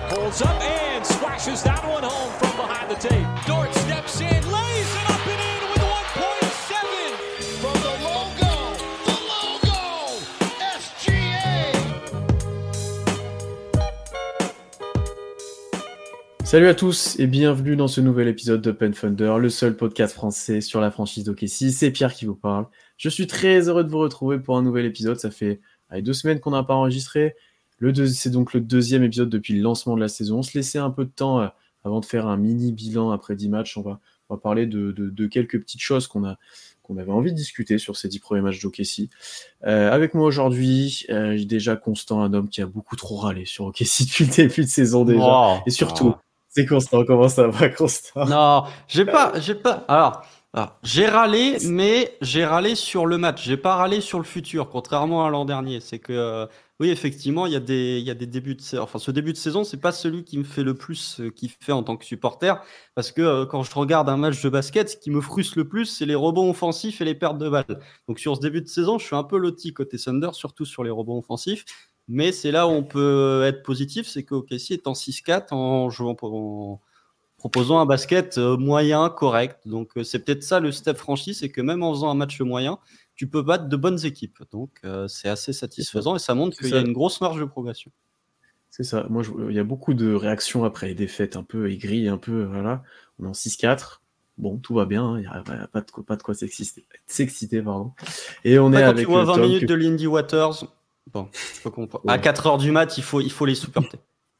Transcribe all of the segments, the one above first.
Pulls up and slashes that one home from behind the tape. Dort steps in, lays it up and in with 1.7 from the logo, SGA. Salut à tous et bienvenue dans ce nouvel épisode de Pen Thunder, le seul podcast français sur la franchise d'OKC. C'est Pierre qui vous parle. Je suis très heureux de vous retrouver pour un nouvel épisode. Ça fait 2 semaines qu'on n'a pas enregistré. C'est donc le deuxième épisode depuis le lancement de la saison. On se laissait un peu de temps avant de faire un mini bilan après 10 matchs. On va parler de quelques petites choses qu'on avait envie de discuter sur ces 10 premiers matchs d'OKC. Avec moi aujourd'hui, j'ai déjà Constant, un homme qui a beaucoup trop râlé sur OKC depuis le début de saison déjà. Et surtout, c'est Constant. Comment ça va, Constant? Non, j'ai pas. Alors, j'ai râlé, mais j'ai râlé sur le match. J'ai pas râlé sur le futur, contrairement à l'an dernier. C'est que, oui, effectivement, il y a des débuts de saison. Enfin, ce début de saison, c'est pas celui qui me fait le plus kiffer en tant que supporter, parce que quand je regarde un match de basket, ce qui me frustre le plus, c'est les rebonds offensifs et les pertes de balles. Donc, sur ce début de saison, je suis un peu loti côté Thunder, surtout sur les rebonds offensifs. Mais c'est là où on peut être positif, c'est qu'OKC est en 6-4 en jouant proposant un basket moyen, correct. Donc, c'est peut-être ça le step franchi, c'est que même en faisant un match moyen, tu peux battre de bonnes équipes. Donc, c'est assez satisfaisant et ça montre qu'il y a une grosse marge de progression. C'est ça. Moi, il y a beaucoup de réactions après les défaites un peu aigries, un peu, voilà. On est en 6-4. Bon, tout va bien. Il n'y a pas de quoi s'exciter, pardon. Et on est avec tu vois 20 Tom minutes de Lindy Waters, bon, je peux comprendre. Ouais. À 4h du mat, il faut les supporter.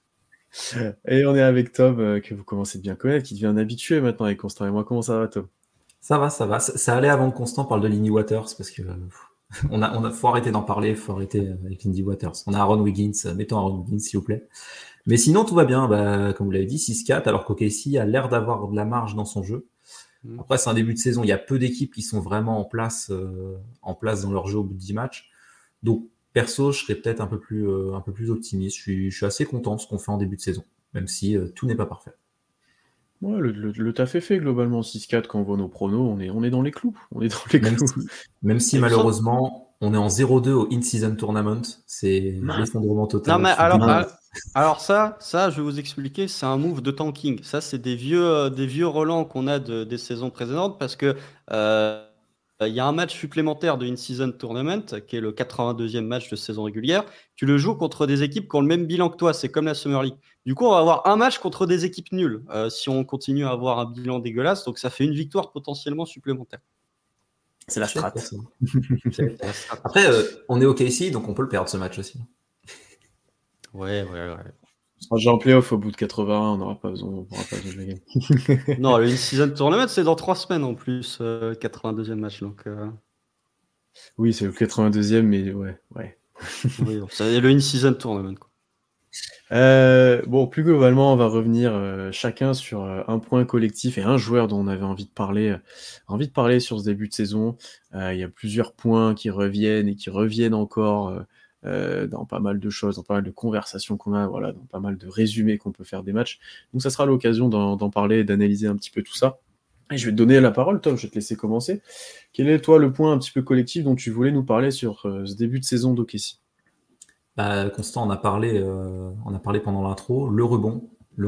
Et on est avec Tom, que vous commencez de bien connaître, qui devient un habitué maintenant avec Constant et moi. Comment ça va, Tom? Ça va. Ça allait avant que Constant parle de Lindy Waters, parce que faut arrêter d'en parler, faut arrêter avec Lindy Waters. On a Aaron Wiggins, mettons Aaron Wiggins, s'il vous plaît. Mais sinon, tout va bien. Comme vous l'avez dit, 6-4, alors qu'OKC a l'air d'avoir de la marge dans son jeu. Après, c'est un début de saison. Il y a peu d'équipes qui sont vraiment en place dans leur jeu au bout de 10 matchs. Donc, perso, je serais peut-être un peu plus optimiste. Je suis assez content de ce qu'on fait en début de saison, même si tout n'est pas parfait. Ouais, le taf est fait globalement. 6-4, quand on voit nos pronos, on est dans les clous. Même si malheureusement, on est en 0-2 au In-Season Tournament. C'est l'effondrement total. Non, mais alors ça, je vais vous expliquer, c'est un move de tanking. Ça, c'est des vieux relents qu'on a des saisons précédentes, parce que il y a un match supplémentaire de In-Season Tournament, qui est le 82e match de saison régulière. Tu le joues contre des équipes qui ont le même bilan que toi. C'est comme la Summer League. Du coup, on va avoir un match contre des équipes nulles, si on continue à avoir un bilan dégueulasse. Donc, ça fait une victoire potentiellement supplémentaire. C'est la strat. Après, on est OKC, donc on peut le perdre ce match aussi. Ouais. On sera en playoff au bout de 81, on n'aura pas besoin de la game. Non, le In-Season Tournament, c'est dans 3 semaines en plus, 82e match. Donc, Oui, c'est le 82e, mais ouais. Oui, c'est le In-Season Tournament, quoi. Bon, plus globalement, on va revenir chacun sur un point collectif et un joueur dont on avait envie de parler sur ce début de saison. Il y a plusieurs points qui reviennent et qui reviennent encore dans pas mal de choses, dans pas mal de conversations qu'on a, voilà, dans pas mal de résumés qu'on peut faire des matchs. Donc ça sera l'occasion d'en parler et d'analyser un petit peu tout ça. Et je vais te donner la parole, Tom, je vais te laisser commencer. Quel est, toi, le point un petit peu collectif dont tu voulais nous parler sur ce début de saison d'OKC? Constant, on a parlé pendant l'intro. Le rebond,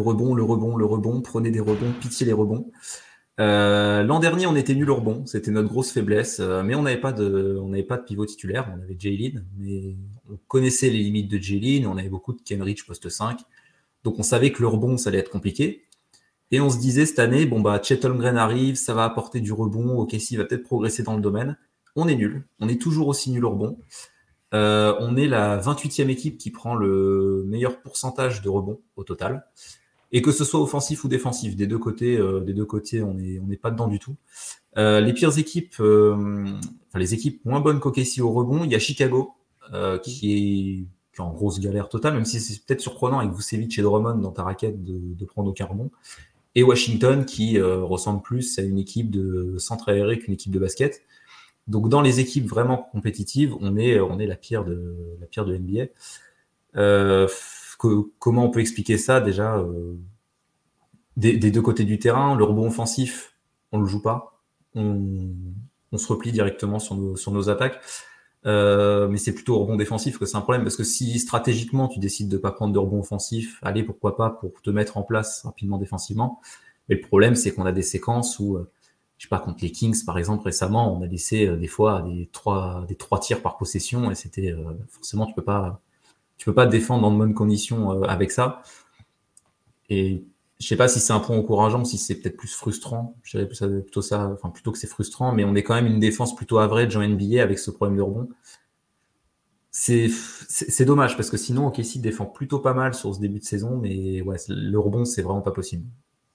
prenez des rebonds, pitié les rebonds. L'an dernier, on était nul au rebond, c'était notre grosse faiblesse, mais on n'avait pas de pivot titulaire, on avait Jaylin, mais on connaissait les limites de Jaylin, on avait beaucoup de Kenrich poste 5, donc on savait que le rebond, ça allait être compliqué. Et on se disait cette année, Chet Holmgren arrive, ça va apporter du rebond, OKC va peut-être progresser dans le domaine. On est nul, on est toujours aussi nul au rebond. On est la 28e équipe qui prend le meilleur pourcentage de rebond au total. Et que ce soit offensif ou défensif, des deux côtés, on n'est pas dedans du tout. Les pires équipes, les équipes moins bonnes qu'OKC au rebond, il y a Chicago qui est en grosse galère totale, même si c'est peut-être surprenant avec Vucevic et Drummond dans ta raquette de prendre aucun rebond. Et Washington qui ressemble plus à une équipe de centre aéré qu'une équipe de basket. Donc dans les équipes vraiment compétitives, on est la pire de NBA. Comment on peut expliquer ça déjà des deux côtés du terrain, le rebond offensif, on le joue pas, on se replie directement sur nos attaques. Mais c'est plutôt au rebond défensif que c'est un problème, parce que si stratégiquement tu décides de pas prendre de rebond offensif, allez, pourquoi pas, pour te mettre en place rapidement défensivement. Mais le problème, c'est qu'on a des séquences où, je sais pas, contre les Kings par exemple récemment, on a laissé des fois des trois tirs par possession, et c'était forcément tu peux pas te défendre dans de bonnes conditions avec ça. Et je sais pas si c'est un point encourageant, si c'est peut-être plus frustrant. Je dirais plutôt ça, enfin plutôt que c'est frustrant, mais on est quand même une défense plutôt average en NBA avec ce problème de rebond. C'est dommage parce que sinon OKC défend plutôt pas mal sur ce début de saison, mais ouais, le rebond c'est vraiment pas possible.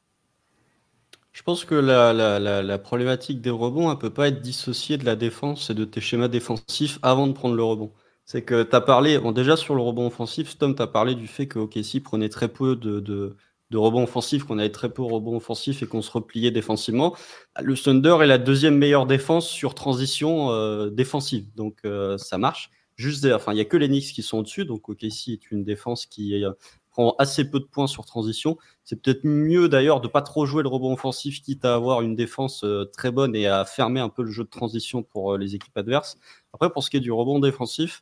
Je pense que la problématique des rebonds, elle peut pas être dissociée de la défense et de tes schémas défensifs avant de prendre le rebond. C'est que tu as parlé, bon, déjà sur le rebond offensif, Tom, tu as parlé du fait que OKC prenait très peu de rebonds offensifs, qu'on avait très peu de rebonds offensifs et qu'on se repliait défensivement. Le Thunder est la deuxième meilleure défense sur transition défensive, donc ça marche. Enfin, il y a que les Knicks qui sont au-dessus, donc OKC est une défense qui prend assez peu de points sur transition. C'est peut-être mieux d'ailleurs de pas trop jouer le rebond offensif, quitte à avoir une défense très bonne et à fermer un peu le jeu de transition pour les équipes adverses. Après, pour ce qui est du rebond défensif,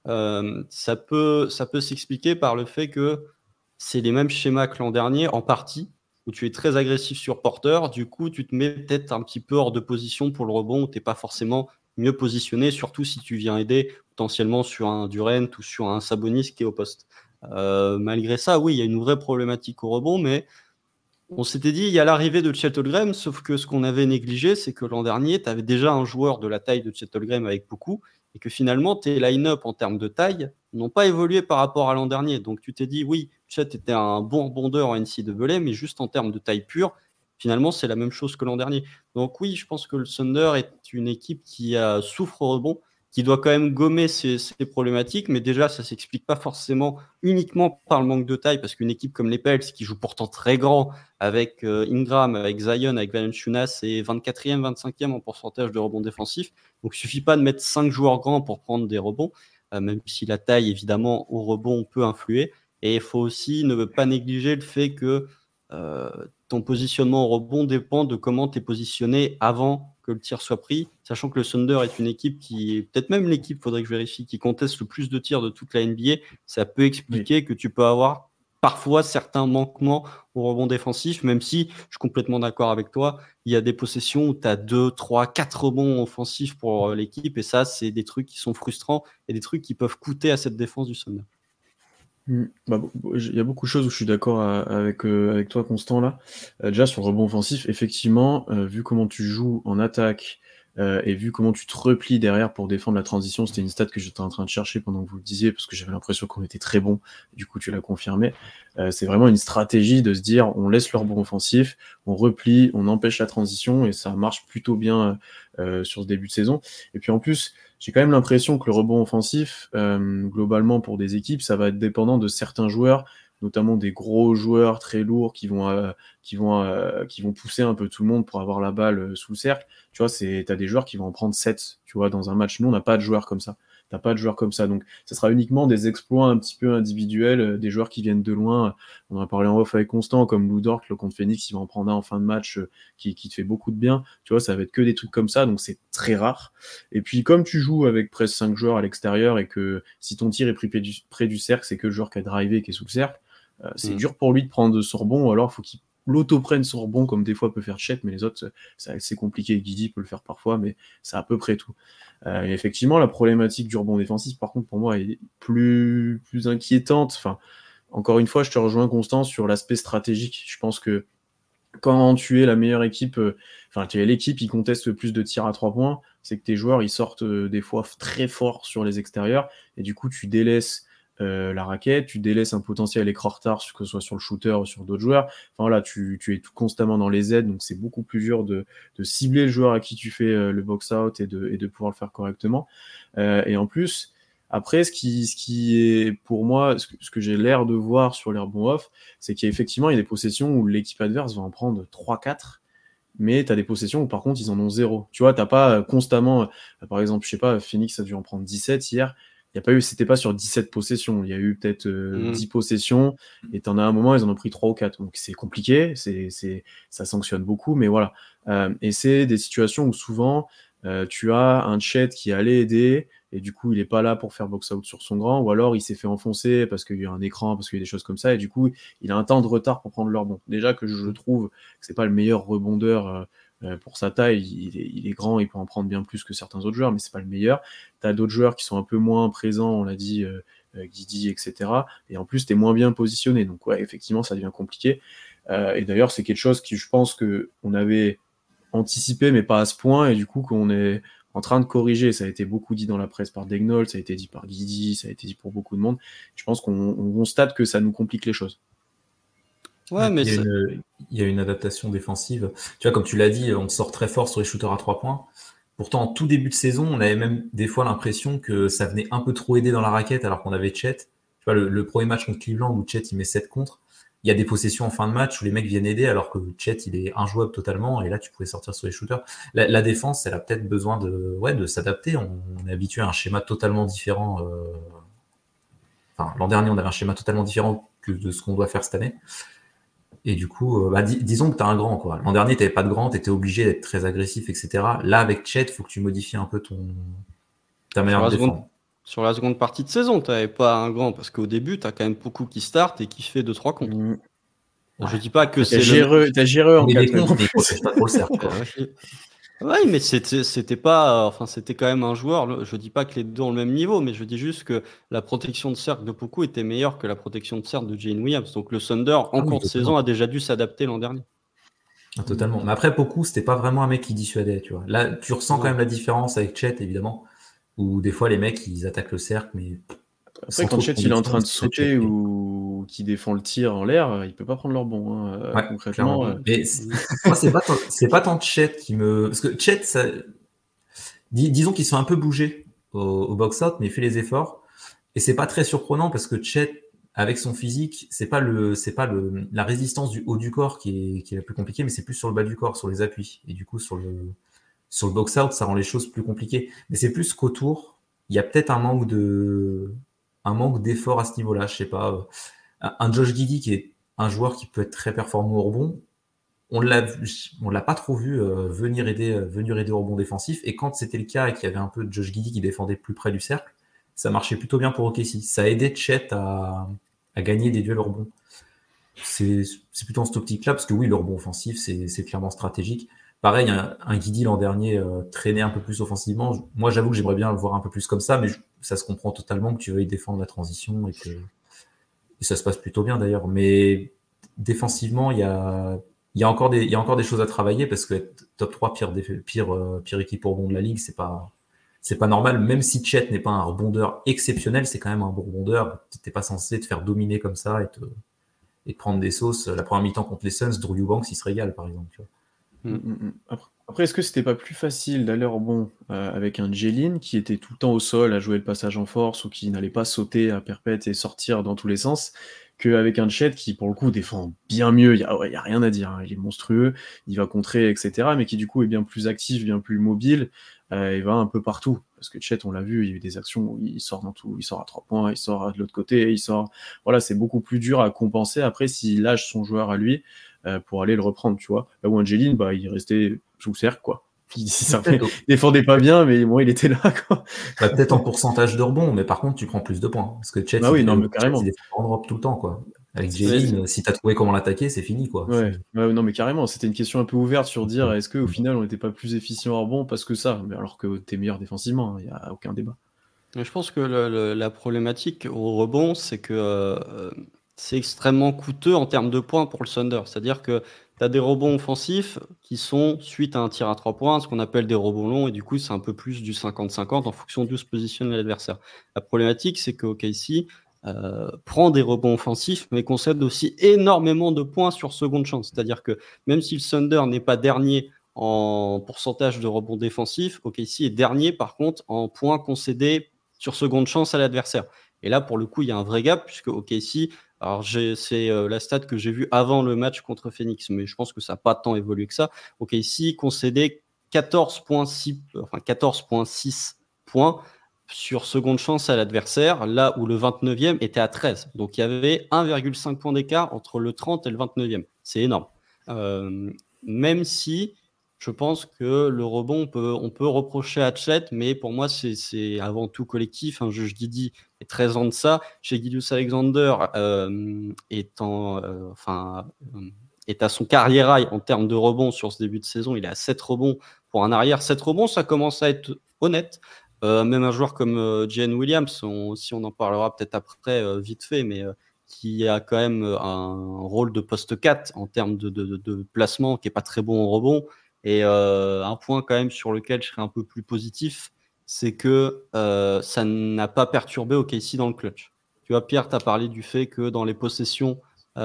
ça peut s'expliquer par le fait que c'est les mêmes schémas que l'an dernier, en partie, où tu es très agressif sur porteur. Du coup, tu te mets peut-être un petit peu hors de position pour le rebond, où tu n'es pas forcément mieux positionné, surtout si tu viens aider potentiellement sur un Durant ou sur un Sabonis qui est au poste. Malgré ça, oui, il y a une vraie problématique au rebond, mais on s'était dit, il y a l'arrivée de Chet Holmgren, sauf que ce qu'on avait négligé, c'est que l'an dernier, tu avais déjà un joueur de la taille de Chet Holmgren avec beaucoup, et que finalement, tes line-up en termes de taille n'ont pas évolué par rapport à l'an dernier. Donc tu t'es dit, oui, Chet était un bon rebondeur en NCAA, mais juste en termes de taille pure, finalement, c'est la même chose que l'an dernier. Donc oui, je pense que le Thunder est une équipe qui souffre au rebond, qui doit quand même gommer ces problématiques, mais déjà, ça ne s'explique pas forcément uniquement par le manque de taille, parce qu'une équipe comme les Pels, qui joue pourtant très grand, avec Ingram, avec Zion, avec Valanciunas, c'est 24e, 25e en pourcentage de rebonds défensifs. Donc, il ne suffit pas de mettre 5 joueurs grands pour prendre des rebonds, même si la taille, évidemment, au rebond peut influer. Et il faut aussi ne pas négliger le fait que ton positionnement au rebond dépend de comment tu es positionné avant que le tir soit pris, sachant que le Thunder est une équipe qui, peut-être même l'équipe, il faudrait que je vérifie, qui conteste le plus de tirs de toute la NBA. Ça peut expliquer que tu peux avoir parfois certains manquements au rebond défensif, même si je suis complètement d'accord avec toi, il y a des possessions où tu as 2, 3, 4 rebonds offensifs pour l'équipe, et ça, c'est des trucs qui sont frustrants et des trucs qui peuvent coûter à cette défense du Thunder. Il y a beaucoup de choses où je suis d'accord avec toi, Constant, là. Déjà, sur le rebond offensif, effectivement, vu comment tu joues en attaque et vu comment tu te replies derrière pour défendre la transition, c'était une stat que j'étais en train de chercher pendant que vous le disiez, parce que j'avais l'impression qu'on était très bon, du coup tu l'as confirmé. C'est vraiment une stratégie de se dire, on laisse le rebond offensif, on replie, on empêche la transition, et ça marche plutôt bien sur ce début de saison. Et puis en plus, j'ai quand même l'impression que le rebond offensif, globalement pour des équipes, ça va être dépendant de certains joueurs, notamment des gros joueurs très lourds qui vont pousser un peu tout le monde pour avoir la balle sous le cercle. Tu vois, t'as des joueurs qui vont en prendre 7, tu vois, dans un match. Nous, on n'a pas de joueurs comme ça. T'as pas de joueurs comme ça. Donc, ça sera uniquement des exploits un petit peu individuels, des joueurs qui viennent de loin. On en a parlé en off avec Constant, comme Lou Dort, le contre Phoenix, il va en prendre un en fin de match qui te fait beaucoup de bien. Tu vois, ça va être que des trucs comme ça, donc c'est très rare. Et puis, comme tu joues avec presque 5 joueurs à l'extérieur et que si ton tir est pris près du cercle, c'est que le joueur qui a drivé qui est sous le cercle, c'est dur pour lui de prendre son rebond, ou alors il faut qu'il l'auto-prenne son rebond, comme des fois peut faire Chet, mais les autres, c'est compliqué. Guidi peut le faire parfois, mais c'est à peu près tout. Et effectivement, la problématique du rebond défensif, par contre, pour moi, est plus inquiétante. Enfin, encore une fois, je te rejoins, Constant, sur l'aspect stratégique. Je pense que quand tu es la meilleure équipe, tu es l'équipe qui conteste le plus de tirs à 3 points, c'est que tes joueurs, ils sortent des fois très fort sur les extérieurs, et du coup, tu délaisses la raquette, tu délaisses un potentiel écran retard, que ce soit sur le shooter ou sur d'autres joueurs. Enfin voilà, tu es constamment dans les aides, donc c'est beaucoup plus dur de cibler le joueur à qui tu fais le box-out et de pouvoir le faire correctement. Et en plus, après, ce qui est pour moi, ce que j'ai l'air de voir sur les rebonds off, c'est qu'il y a effectivement des possessions où l'équipe adverse va en prendre 3-4, mais tu as des possessions où par contre ils en ont 0. Tu vois, t'as pas constamment, par exemple, je sais pas, Phoenix a dû en prendre 17 hier. C'était pas sur 17 possessions, il y a eu peut-être 10 possessions, et t'en as un moment, ils en ont pris 3 ou 4. Donc c'est compliqué, ça sanctionne beaucoup, mais voilà. Et c'est des situations où souvent, tu as un Chet qui allait aider, et du coup il est pas là pour faire box-out sur son grand, ou alors il s'est fait enfoncer parce qu'il y a un écran, parce qu'il y a des choses comme ça, et du coup il a un temps de retard pour prendre le rebond. Déjà que je trouve que c'est pas le meilleur rebondeur pour sa taille, il est grand, il peut en prendre bien plus que certains autres joueurs, mais c'est pas le meilleur. T'as d'autres joueurs qui sont un peu moins présents, on l'a dit, Guidi, etc. Et en plus, t'es moins bien positionné. Donc ouais, effectivement, ça devient compliqué. Et d'ailleurs, c'est quelque chose qui, je pense, qu'on avait anticipé, mais pas à ce point, et du coup, qu'on est en train de corriger. Ça a été beaucoup dit dans la presse par Daigneault, ça a été dit par Guidi, ça a été dit pour beaucoup de monde. Je pense qu'on constate que ça nous complique les choses. Ouais, mais il y a une adaptation défensive. Tu vois, comme tu l'as dit, on sort très fort sur les shooters à 3 points. Pourtant, en tout début de saison, on avait même des fois l'impression que ça venait un peu trop aider dans la raquette alors qu'on avait Chet. Tu vois, le premier match contre Cleveland où Chet il met 7 contre, il y a des possessions en fin de match où les mecs viennent aider alors que Chet il est injouable totalement et là tu pouvais sortir sur les shooters. La défense, elle a peut-être besoin de s'adapter. On est habitué à un schéma totalement différent. Enfin, l'an dernier, on avait un schéma totalement différent que de ce qu'on doit faire cette année. Et du coup, disons que tu as un grand, quoi. L'an dernier, tu n'avais pas de grand, tu étais obligé d'être très agressif, etc. Là, avec Chet, il faut que tu modifies un peu ta manière de défendre. Sur la seconde partie de saison, tu n'avais pas un grand, parce qu'au début, tu as quand même beaucoup qui start et qui fait 2-3 contre. Je dis pas que c'est T'as géré en 4 contre, mais il protège pas trop le cercle. Oui, mais c'était pas, enfin c'était quand même un joueur. Je dis pas que les deux ont le même niveau, mais je dis juste que la protection de cercle de Poku était meilleure que la protection de cercle de Jalen Williams. Donc le Thunder en cours de saison a déjà dû s'adapter l'an dernier. Ah, totalement. Mais après Poku, c'était pas vraiment un mec qui dissuadait, tu vois. Là, tu ressens quand même la différence avec Chet, évidemment, où des fois les mecs ils attaquent le cercle, mais après quand Chet il est en train de sauter ou qui défend le tir en l'air, il peut pas prendre leur bon. Ouais, concrètement. Mais moi, c'est pas tant Chet qui me, parce que Chet, disons qu'ils sont un peu bougés au box-out, mais il fait les efforts. Et c'est pas très surprenant parce que Chet, avec son physique, c'est pas la résistance du haut du corps qui est la plus compliquée, mais c'est plus sur le bas du corps, sur les appuis. Et du coup, sur le box-out, ça rend les choses plus compliquées. Mais c'est plus qu'autour, il y a peut-être un manque d'effort à ce niveau-là. Je sais pas. Un Josh Giddey qui est un joueur qui peut être très performant au rebond. On l'a pas trop vu venir aider au rebond défensif. Et quand c'était le cas et qu'il y avait un peu de Josh Giddey qui défendait plus près du cercle, ça marchait plutôt bien pour OKC. Ça a aidé Chet à gagner des duels au rebond. C'est plutôt en cette optique-là, parce que oui, le rebond offensif, c'est clairement stratégique. Pareil, un Giddey l'an dernier traînait un peu plus offensivement. Moi, j'avoue que j'aimerais bien le voir un peu plus comme ça, mais ça se comprend totalement que tu veuilles défendre la transition et ça se passe plutôt bien d'ailleurs. Mais défensivement, il y a encore des choses à travailler parce que être top 3 pire équipe au rebond de la ligue, c'est pas normal. Même si Chet n'est pas un rebondeur exceptionnel, c'est quand même un bon rebondeur. T'es pas censé te faire dominer comme ça et te prendre des sauces. La première mi-temps contre les Suns, Drew Eubanks, il se régale, par exemple. Tu vois. Après, est-ce que c'était pas plus facile d'aller au rebond avec un Jalen qui était tout le temps au sol à jouer le passage en force ou qui n'allait pas sauter à perpète et sortir dans tous les sens qu'avec un Chet qui, pour le coup, défend bien mieux. Il y a rien à dire. Hein. Il est monstrueux, il va contrer, etc. Mais qui, du coup, est bien plus actif, bien plus mobile. Il va un peu partout. Parce que Chet, on l'a vu, il y a eu des actions où il sort dans tout. Il sort à 3 points, il sort de l'autre côté, il sort. Voilà, c'est beaucoup plus dur à compenser après s'il lâche son joueur à lui pour aller le reprendre, tu vois. Là où Angeline, il restait sous le cercle, quoi. Il défendait pas bien, mais bon, il était là, quoi. Peut-être en pourcentage de rebond, mais par contre, tu prends plus de points. Parce que Chet, il défend en drop tout le temps, quoi. Avec Jalen, si t'as trouvé comment l'attaquer, c'est fini, quoi. Ouais, non, mais carrément, c'était une question un peu ouverte sur dire est-ce qu'au final, on n'était pas plus efficient en rebond parce que ça, mais alors que t'es meilleur défensivement, il n'y a aucun débat. Je pense que la problématique au rebond, c'est que c'est extrêmement coûteux en termes de points pour le Thunder. C'est-à-dire que tu as des rebonds offensifs qui sont suite à un tir à 3 points, ce qu'on appelle des rebonds longs, et du coup, c'est un peu plus du 50-50 en fonction d'où se positionne l'adversaire. La problématique, c'est que OKC prend des rebonds offensifs, mais concède aussi énormément de points sur seconde chance. C'est-à-dire que même si le Thunder n'est pas dernier en pourcentage de rebonds défensifs, OKC est dernier, par contre, en points concédés sur seconde chance à l'adversaire. Et là, pour le coup, il y a un vrai gap, puisque OKC, alors c'est la stat que j'ai vue avant le match contre Phoenix, mais je pense que ça n'a pas tant évolué que ça. OKC concédait 14,6 points sur seconde chance à l'adversaire, là où le 29e était à 13. Donc il y avait 1,5 point d'écart entre le 30 et le 29e. C'est énorme. Même si je pense que le rebond, on peut reprocher à Chet, mais pour moi, c'est avant tout collectif. Un juge Didi est 13 ans de ça. Chez Gilgeous-Alexander est à son carrière high en termes de rebonds sur ce début de saison. Il est à 7 rebonds pour un arrière. 7 rebonds, ça commence à être honnête. Même un joueur comme Jalen Williams, si on en parlera peut-être après, vite fait, mais qui a quand même un rôle de poste 4 en termes de placement, qui n'est pas très bon au rebond. Et un point quand même sur lequel je serais un peu plus positif, c'est que ça n'a pas perturbé OKC dans le clutch. Tu vois, Pierre, tu as parlé du fait que dans les possessions,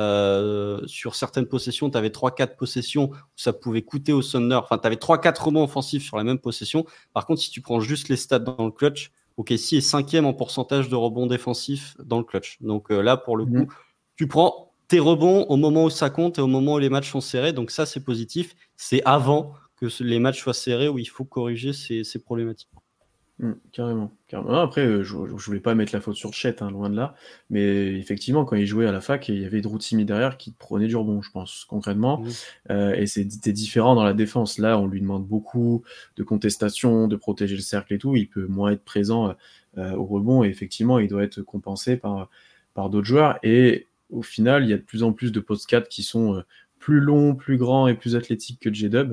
sur certaines possessions, tu avais 3-4 possessions où ça pouvait coûter au Thunder. Enfin, tu avais 3-4 rebonds offensifs sur la même possession. Par contre, si tu prends juste les stats dans le clutch, OKC est 5e en pourcentage de rebonds défensifs dans le clutch. Donc là, pour le coup, tu prends tes rebonds au moment où ça compte et au moment où les matchs sont serrés. Donc ça, c'est positif. C'est avant que les matchs soient serrés où il faut corriger ces problématiques. Carrément. Après, je voulais pas mettre la faute sur Chet, hein, loin de là. Mais effectivement, quand il jouait à la fac, il y avait Drew Timme derrière qui prenait du rebond, je pense, concrètement. Et c'était différent dans la défense. Là, on lui demande beaucoup de contestation, de protéger le cercle et tout. Il peut moins être présent au rebond. Et effectivement, il doit être compensé par d'autres joueurs. Et au final, il y a de plus en plus de post 4 qui sont plus longs, plus grands et plus athlétiques que J-Dub.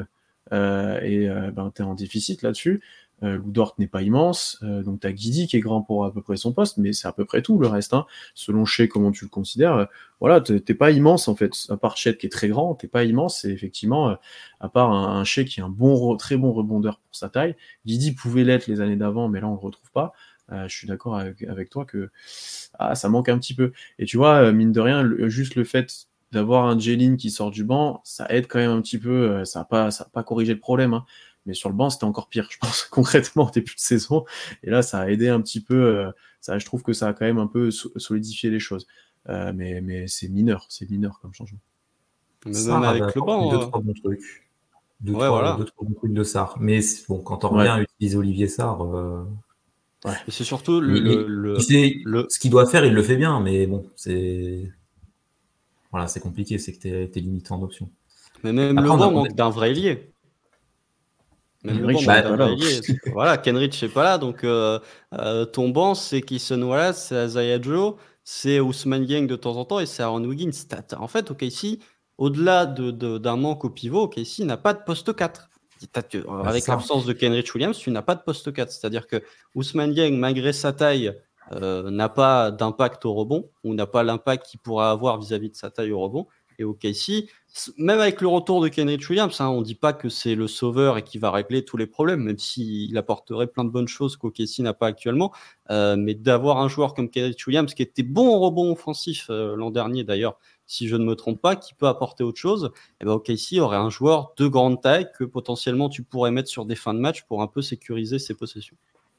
T'es en déficit là-dessus. Lou Dort n'est pas immense, donc t'as Guidi qui est grand pour à peu près son poste, mais c'est à peu près tout le reste, hein. Selon Shea, comment tu le considères, voilà, t'es pas immense en fait, à part Chet qui est très grand, t'es pas immense, et effectivement, à part un Shea qui est un très bon rebondeur pour sa taille, Guidi pouvait l'être les années d'avant, mais là on le retrouve pas. Je suis d'accord avec toi que ça manque un petit peu. Et tu vois, mine de rien, juste le fait d'avoir un Jalen qui sort du banc, ça aide quand même un petit peu, ça a pas corrigé le problème, hein. Mais sur le banc, c'était encore pire, je pense, concrètement, au début de saison. Et là, ça a aidé un petit peu. Je trouve que ça a quand même un peu solidifié les choses. Mais c'est mineur comme changement. Même avec le banc. 2-3 bons trucs. 2-3 bons trucs de Sarr. Mais bon, quand on revient à utiliser Olivier Sarr. Et c'est surtout ce qu'il doit faire, il le fait bien. Mais bon, c'est compliqué. C'est que t'es limité en option. Mais même le banc manque d'un vrai ailier. Même le banc manque d'un vrai ailier. Voilà, Kenrich n'est pas là. Donc, ton banc, c'est Keyson Wallace, c'est Isaiah Joe, c'est Ousmane Dieng de temps en temps et c'est Aaron Wiggins. En fait, OKC, au-delà d'un manque au pivot, OKC n'a pas de poste 4. Avec l'absence de Kenrich Williams, tu n'as pas de poste 4. C'est-à-dire que Ousmane Dieng, malgré sa taille, n'a pas d'impact au rebond ou n'a pas l'impact qu'il pourra avoir vis-à-vis de sa taille au rebond. Et OKC, même avec le retour de Kenrich Williams, on ne dit pas que c'est le sauveur et qu'il va régler tous les problèmes, même s'il apporterait plein de bonnes choses qu'OKC n'a pas actuellement. Mais d'avoir un joueur comme Kenrich Williams, qui était bon au rebond offensif l'an dernier d'ailleurs, si je ne me trompe pas, qui peut apporter autre chose, et OKC aurait un joueur de grande taille que potentiellement tu pourrais mettre sur des fins de match pour un peu sécuriser ses possessions.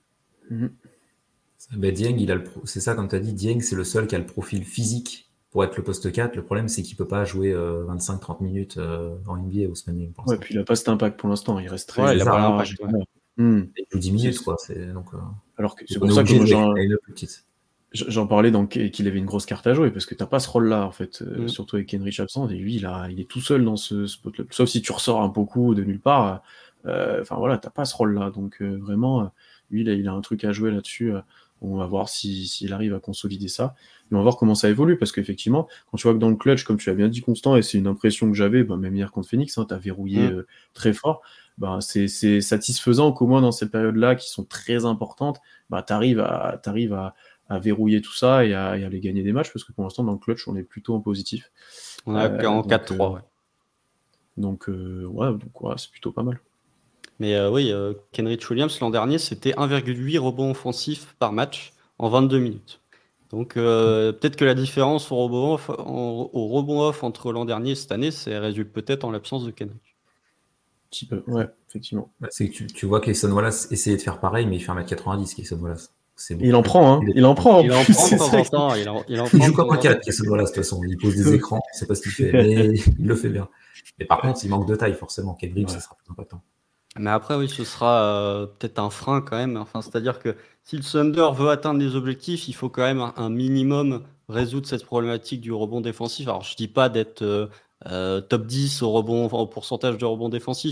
Dieng, c'est ça, comme tu as dit, Dieng, c'est le seul qui a le profil physique pour être le poste 4. Le problème, c'est qu'il ne peut pas jouer 25-30 minutes en NBA au Spanning. Ouais, puis il n'a pas cet impact pour l'instant. Il reste très. Ouais, il n'a pas l'impact. Il joue 10 minutes, quoi. Alors que c'est pour ça que j'en parlais qu'il avait une grosse carte à jouer, parce que tu n'as pas ce rôle-là, en fait, surtout avec Kenrich absent. Et lui, il est tout seul dans ce spot-là. Sauf si tu ressors un beaucoup de nulle part. Enfin voilà, tu n'as pas ce rôle-là. Donc vraiment, lui, il a un truc à jouer là-dessus. On va voir s'il arrive à consolider ça. Et on va voir comment ça évolue, parce qu'effectivement, quand tu vois que dans le clutch, comme tu l'as bien dit, Constant, et c'est une impression que j'avais, même hier contre Phoenix, tu as verrouillé très fort, c'est satisfaisant qu'au moins dans ces périodes-là, qui sont très importantes, tu arrives à verrouiller tout ça et à aller gagner des matchs, parce que pour l'instant, dans le clutch, on est plutôt en positif. On est en 4-3, ouais. Donc, c'est plutôt pas mal. Mais Kenrich Williams, l'an dernier, c'était 1,8 rebonds offensifs par match en 22 minutes. Donc, peut-être que la différence au rebond off entre l'an dernier et cette année, ça résulte peut-être en l'absence de Kenrich. Un petit peu, ouais, effectivement. C'est que tu vois qu'Ayson Wallace essayait de faire pareil, mais il fait 1m90, Ayson Wallace. Il en prend, hein. Il en prend de temps en temps. Il joue comme un 4, Ayson Wallace, de toute façon. Il pose des écrans, je ne sais pas ce qu'il fait, mais il le fait bien. Mais par contre, il manque de taille, forcément. Kendrick, ça sera plus impactant. Mais après, oui, ce sera peut-être un frein quand même. Enfin, c'est-à-dire que si le Thunder veut atteindre des objectifs, il faut quand même un minimum résoudre cette problématique du rebond défensif. Alors, je ne dis pas d'être top 10 au pourcentage de rebond défensif,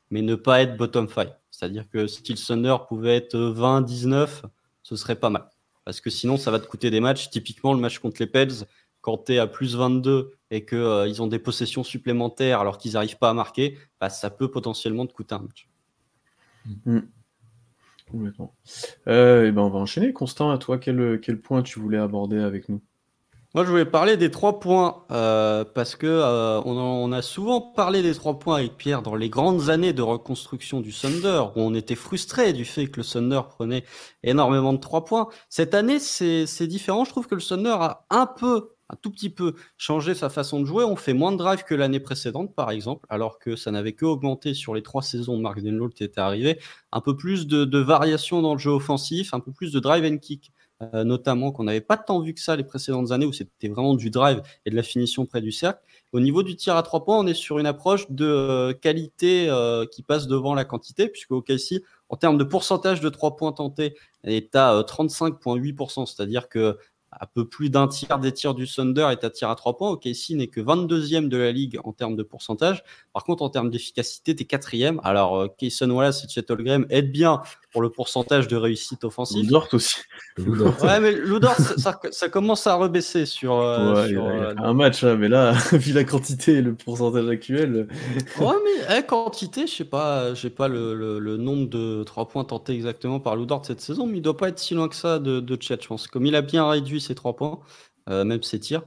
mais ne pas être bottom 5. C'est-à-dire que si le Thunder pouvait être 20-19, ce serait pas mal. Parce que sinon, ça va te coûter des matchs. Typiquement, le match contre les Pels, quand tu es à plus 22 et qu'ils ont des possessions supplémentaires alors qu'ils n'arrivent pas à marquer, ça peut potentiellement te coûter un match. Complètement. On va enchaîner. Constant, à toi, quel point tu voulais aborder avec nous? Moi, je voulais parler des 3 points parce que on a souvent parlé des 3 points avec Pierre dans les grandes années de reconstruction du Thunder où on était frustré du fait que le Thunder prenait énormément de 3 points. Cette année, c'est différent. Je trouve que le Thunder a un tout petit peu changé sa façon de jouer. On fait moins de drive que l'année précédente, par exemple, alors que ça n'avait que augmenté sur les 3 saisons de Mark Denlow qui était arrivé. Un peu plus de variation dans le jeu offensif, un peu plus de drive and kick. Notamment qu'on n'avait pas tant vu que ça les précédentes années où c'était vraiment du drive et de la finition près du cercle. Au niveau du tir à 3 points, on est sur une approche de qualité qui passe devant la quantité, puisque OKC, en termes de pourcentage de 3 points tentés, est à 35,8%, c'est-à-dire que un peu plus d'un tiers des tirs du Thunder est à tir à 3 points. OKC n'est que 22e de la ligue en termes de pourcentage. Par contre, en termes d'efficacité, t'es 4e. Alors, Cason Wallace et Chet Holmgren aident bien pour le pourcentage de réussite offensive. Lu Dort aussi. Ouais, mais Lu Dort, ça commence à rebaisser sur. Il a fait un match, là, mais là, vu la quantité et le pourcentage actuel. Ouais, mais quantité, je sais pas, j'ai pas le nombre de 3 points tentés exactement par Lu Dort cette saison, mais il doit pas être si loin que ça de Chet, je pense. Comme il a bien réduit ses 3 points, même ses tirs.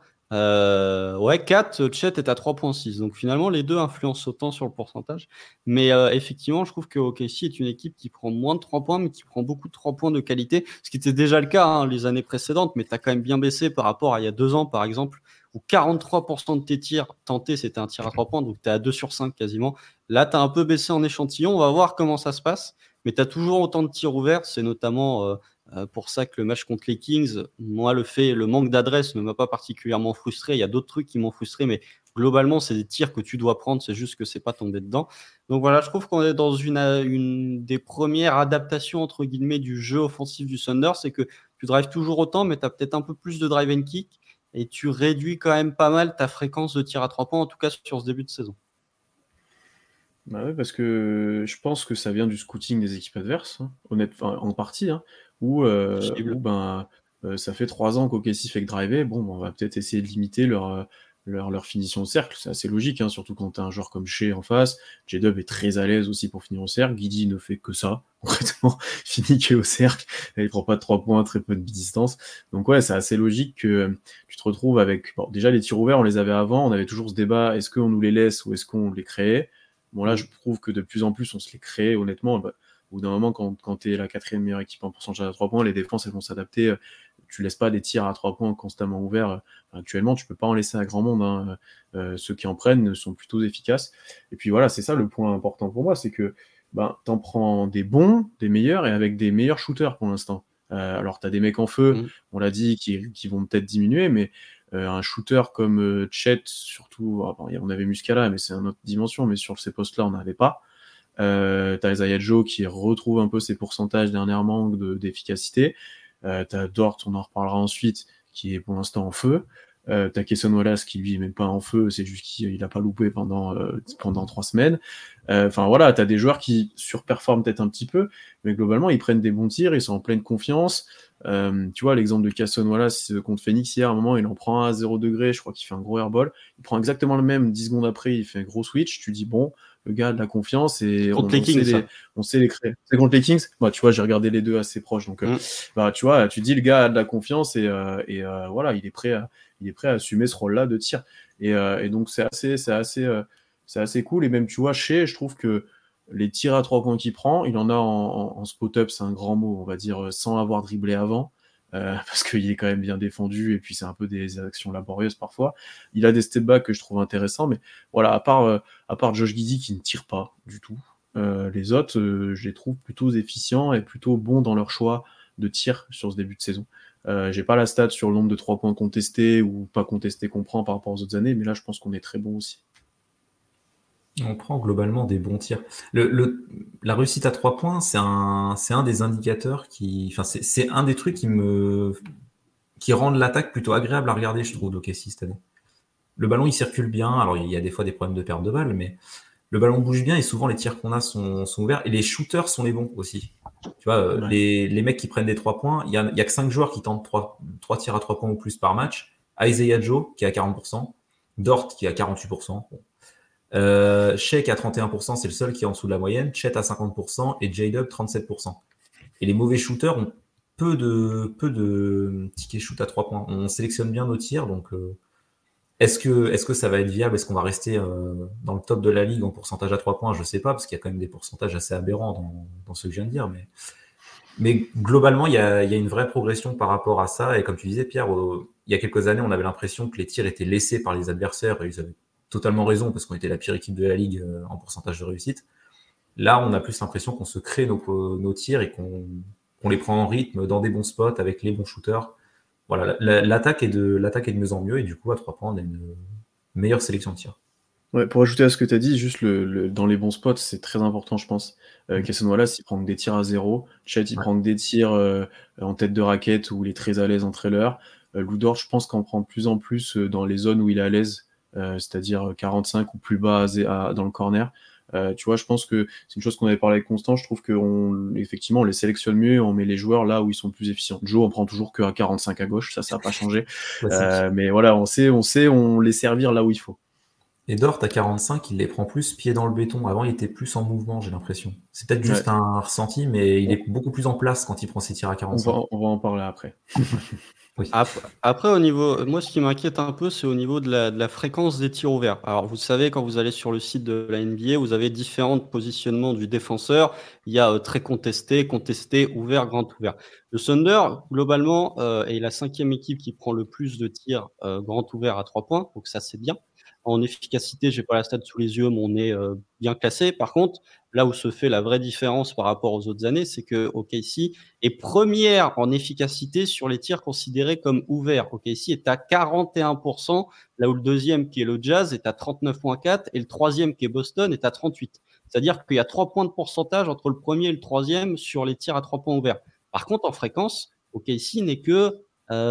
4, Chet est à 3,6. Donc finalement, les deux influencent autant sur le pourcentage. Mais effectivement, je trouve que OKC est une équipe qui prend moins de 3 points, mais qui prend beaucoup de 3 points de qualité. Ce qui était déjà le cas les années précédentes, mais tu as quand même bien baissé par rapport à il y a 2 ans, par exemple, où 43% de tes tirs tentés, c'était un tir à 3 points. Donc tu es à 2 sur 5 quasiment. Là, tu as un peu baissé en échantillon. On va voir comment ça se passe. Mais tu as toujours autant de tirs ouverts. C'est notamment pour ça que le match contre les Kings, moi, le manque d'adresse ne m'a pas particulièrement frustré. Il y a d'autres trucs qui m'ont frustré, mais globalement, c'est des tirs que tu dois prendre. C'est juste que c'est pas tombé dedans. Donc voilà, je trouve qu'on est dans une des premières adaptations, entre guillemets, du jeu offensif du Thunder. C'est que tu drives toujours autant, mais tu as peut-être un peu plus de drive and kick et tu réduis quand même pas mal ta fréquence de tir à 3 points, en tout cas sur ce début de saison. Bah ouais, parce que je pense que ça vient du scouting des équipes adverses, en partie, où ça fait 3 ans qu'OKC fait que driver. On va peut-être essayer de limiter leur finition au cercle. C'est assez logique, surtout quand tu as un joueur comme Shea en face. J-Dub est très à l'aise aussi pour finir au cercle. Giddey ne fait que ça, concrètement, finit que au cercle. Il prend pas de 3 points, très peu de distance. Donc ouais, c'est assez logique que tu te retrouves avec... Bon, déjà, les tirs ouverts, on les avait avant. On avait toujours ce débat, est-ce qu'on nous les laisse ou est-ce qu'on les crée? Bon, là, je trouve que de plus en plus, on se les crée, honnêtement. Au bout d'un moment, quand tu es la 4e meilleure équipe en pourcentage à 3 points, les défenses, elles vont s'adapter. Tu laisses pas des tirs à 3 points constamment ouverts. Actuellement, tu peux pas en laisser à grand monde. Ceux qui en prennent sont plutôt efficaces. Et puis voilà, c'est ça le point important pour moi, c'est que t'en prends des bons, des meilleurs, et avec des meilleurs shooters pour l'instant. Alors, tu as des mecs en feu, on l'a dit, qui vont peut-être diminuer, mais un shooter comme Chet, surtout, on avait Muscala, mais c'est une autre dimension, mais sur ces postes-là, on n'avait pas. T'as Isaiah Joe qui retrouve un peu ses pourcentages dernièrement d'efficacité. T'as Dort, on en reparlera ensuite, qui est pour l'instant en feu. T'as Cason Wallace qui lui est même pas en feu, c'est juste qu'il a pas loupé pendant 3 semaines. Voilà, t'as des joueurs qui surperforment peut-être un petit peu, mais globalement ils prennent des bons tirs, ils sont en pleine confiance. Tu vois l'exemple de Cason Wallace contre Phoenix hier, à un moment il en prend un à 0 degré, je crois qu'il fait un gros airball, il prend exactement le même 10 secondes après, il fait un gros switch, tu dis bon, le gars a de la confiance et on sait les créer. C'est contre les Kings. Tu vois, j'ai regardé les deux assez proches, donc tu vois, tu dis le gars a de la confiance et voilà, il est prêt à assumer ce rôle-là de tir. Et donc c'est assez cool. Et même tu vois, je trouve que les tirs à 3 points qu'il prend, il en a en spot-up, c'est un grand mot, on va dire, sans avoir dribblé avant. Parce qu'il est quand même bien défendu et puis c'est un peu des actions laborieuses parfois. Il a des step-back que je trouve intéressants, mais voilà, à part Josh Giddey qui ne tire pas du tout, les autres, je les trouve plutôt efficients et plutôt bons dans leur choix de tir sur ce début de saison. J'ai pas la stat sur le nombre de 3 points contestés ou pas contestés qu'on prend par rapport aux autres années, mais là je pense qu'on est très bon aussi. On prend globalement des bons tirs. La réussite à 3 points, c'est un des indicateurs c'est un des trucs qui rendent l'attaque plutôt agréable à regarder, je trouve, d'OKC cette année. Le ballon, il circule bien. Alors, il y a des fois des problèmes de perte de balle, mais le ballon bouge bien et souvent les tirs qu'on a sont ouverts et les shooters sont les bons aussi. Tu vois, les mecs qui prennent des 3 points, il y a que 5 joueurs qui tentent 3 tirs à 3 points ou plus par match. Isaiah Joe qui est à 40%, Dort qui est à 48%. Shake à 31%, c'est le seul qui est en dessous de la moyenne. Chet à 50% et J-Dub 37%. Et les mauvais shooters ont peu de tickets shoot à 3 points. On sélectionne bien nos tirs, donc est-ce que ça va être viable? Est-ce qu'on va rester dans le top de la ligue en pourcentage à 3 points? Je sais pas, parce qu'il y a quand même des pourcentages assez aberrants dans ce que je viens de dire. Mais globalement, il y a une vraie progression par rapport à ça. Et comme tu disais, Pierre, il y a quelques années, on avait l'impression que les tirs étaient laissés par les adversaires. Et ils avaient totalement raison, parce qu'on était la pire équipe de la ligue en pourcentage de réussite. Là, on a plus l'impression qu'on se crée nos tirs et qu'on les prend en rythme, dans des bons spots, avec les bons shooters. Voilà, l'attaque est de mieux en mieux, et du coup, à 3 points, on a une meilleure sélection de tirs. Ouais, pour ajouter à ce que tu as dit, juste dans les bons spots, c'est très important, je pense. Cason Wallace, il prend que des tirs à 0. Chet, il prend que des tirs en tête de raquette où il est très à l'aise en trailer. Lou Dort, je pense qu'on prend de plus en plus dans les zones où il est à l'aise, c'est-à-dire 45 ou plus bas dans le corner. Tu vois, je pense que c'est une chose qu'on avait parlé avec Constant. Je trouve qu'effectivement, on les sélectionne mieux et on met les joueurs là où ils sont plus efficients. Joe, on prend toujours que à 45 à gauche, ça n'a pas changé. Mais voilà, on les servir là où il faut. Et Dort, à 45, il les prend plus pied dans le béton. Avant, il était plus en mouvement, j'ai l'impression. C'est peut-être juste un ressenti, mais il est beaucoup plus en place quand il prend ses tirs à 45. On va en parler après. Oui. Après, au niveau, moi, ce qui m'inquiète un peu, c'est au niveau de la fréquence des tirs ouverts. Alors, vous savez, quand vous allez sur le site de la NBA, vous avez différents positionnements du défenseur. Il y a très contesté, ouvert, grand ouvert. Le Thunder, globalement, est la 5e équipe qui prend le plus de tirs grand ouvert à 3 points. Donc, ça, c'est bien. En efficacité, j'ai pas la stat sous les yeux, mais on est bien classé. Par contre, là où se fait la vraie différence par rapport aux autres années, c'est que OKC est première en efficacité sur les tirs considérés comme ouverts. OKC est à 41%, là où le deuxième, qui est le Jazz, est à 39,4 et le troisième, qui est Boston, est à 38. C'est-à-dire qu'il y a 3 points de pourcentage entre le premier et le troisième sur les tirs à 3 points ouverts. Par contre, en fréquence, OKC n'est que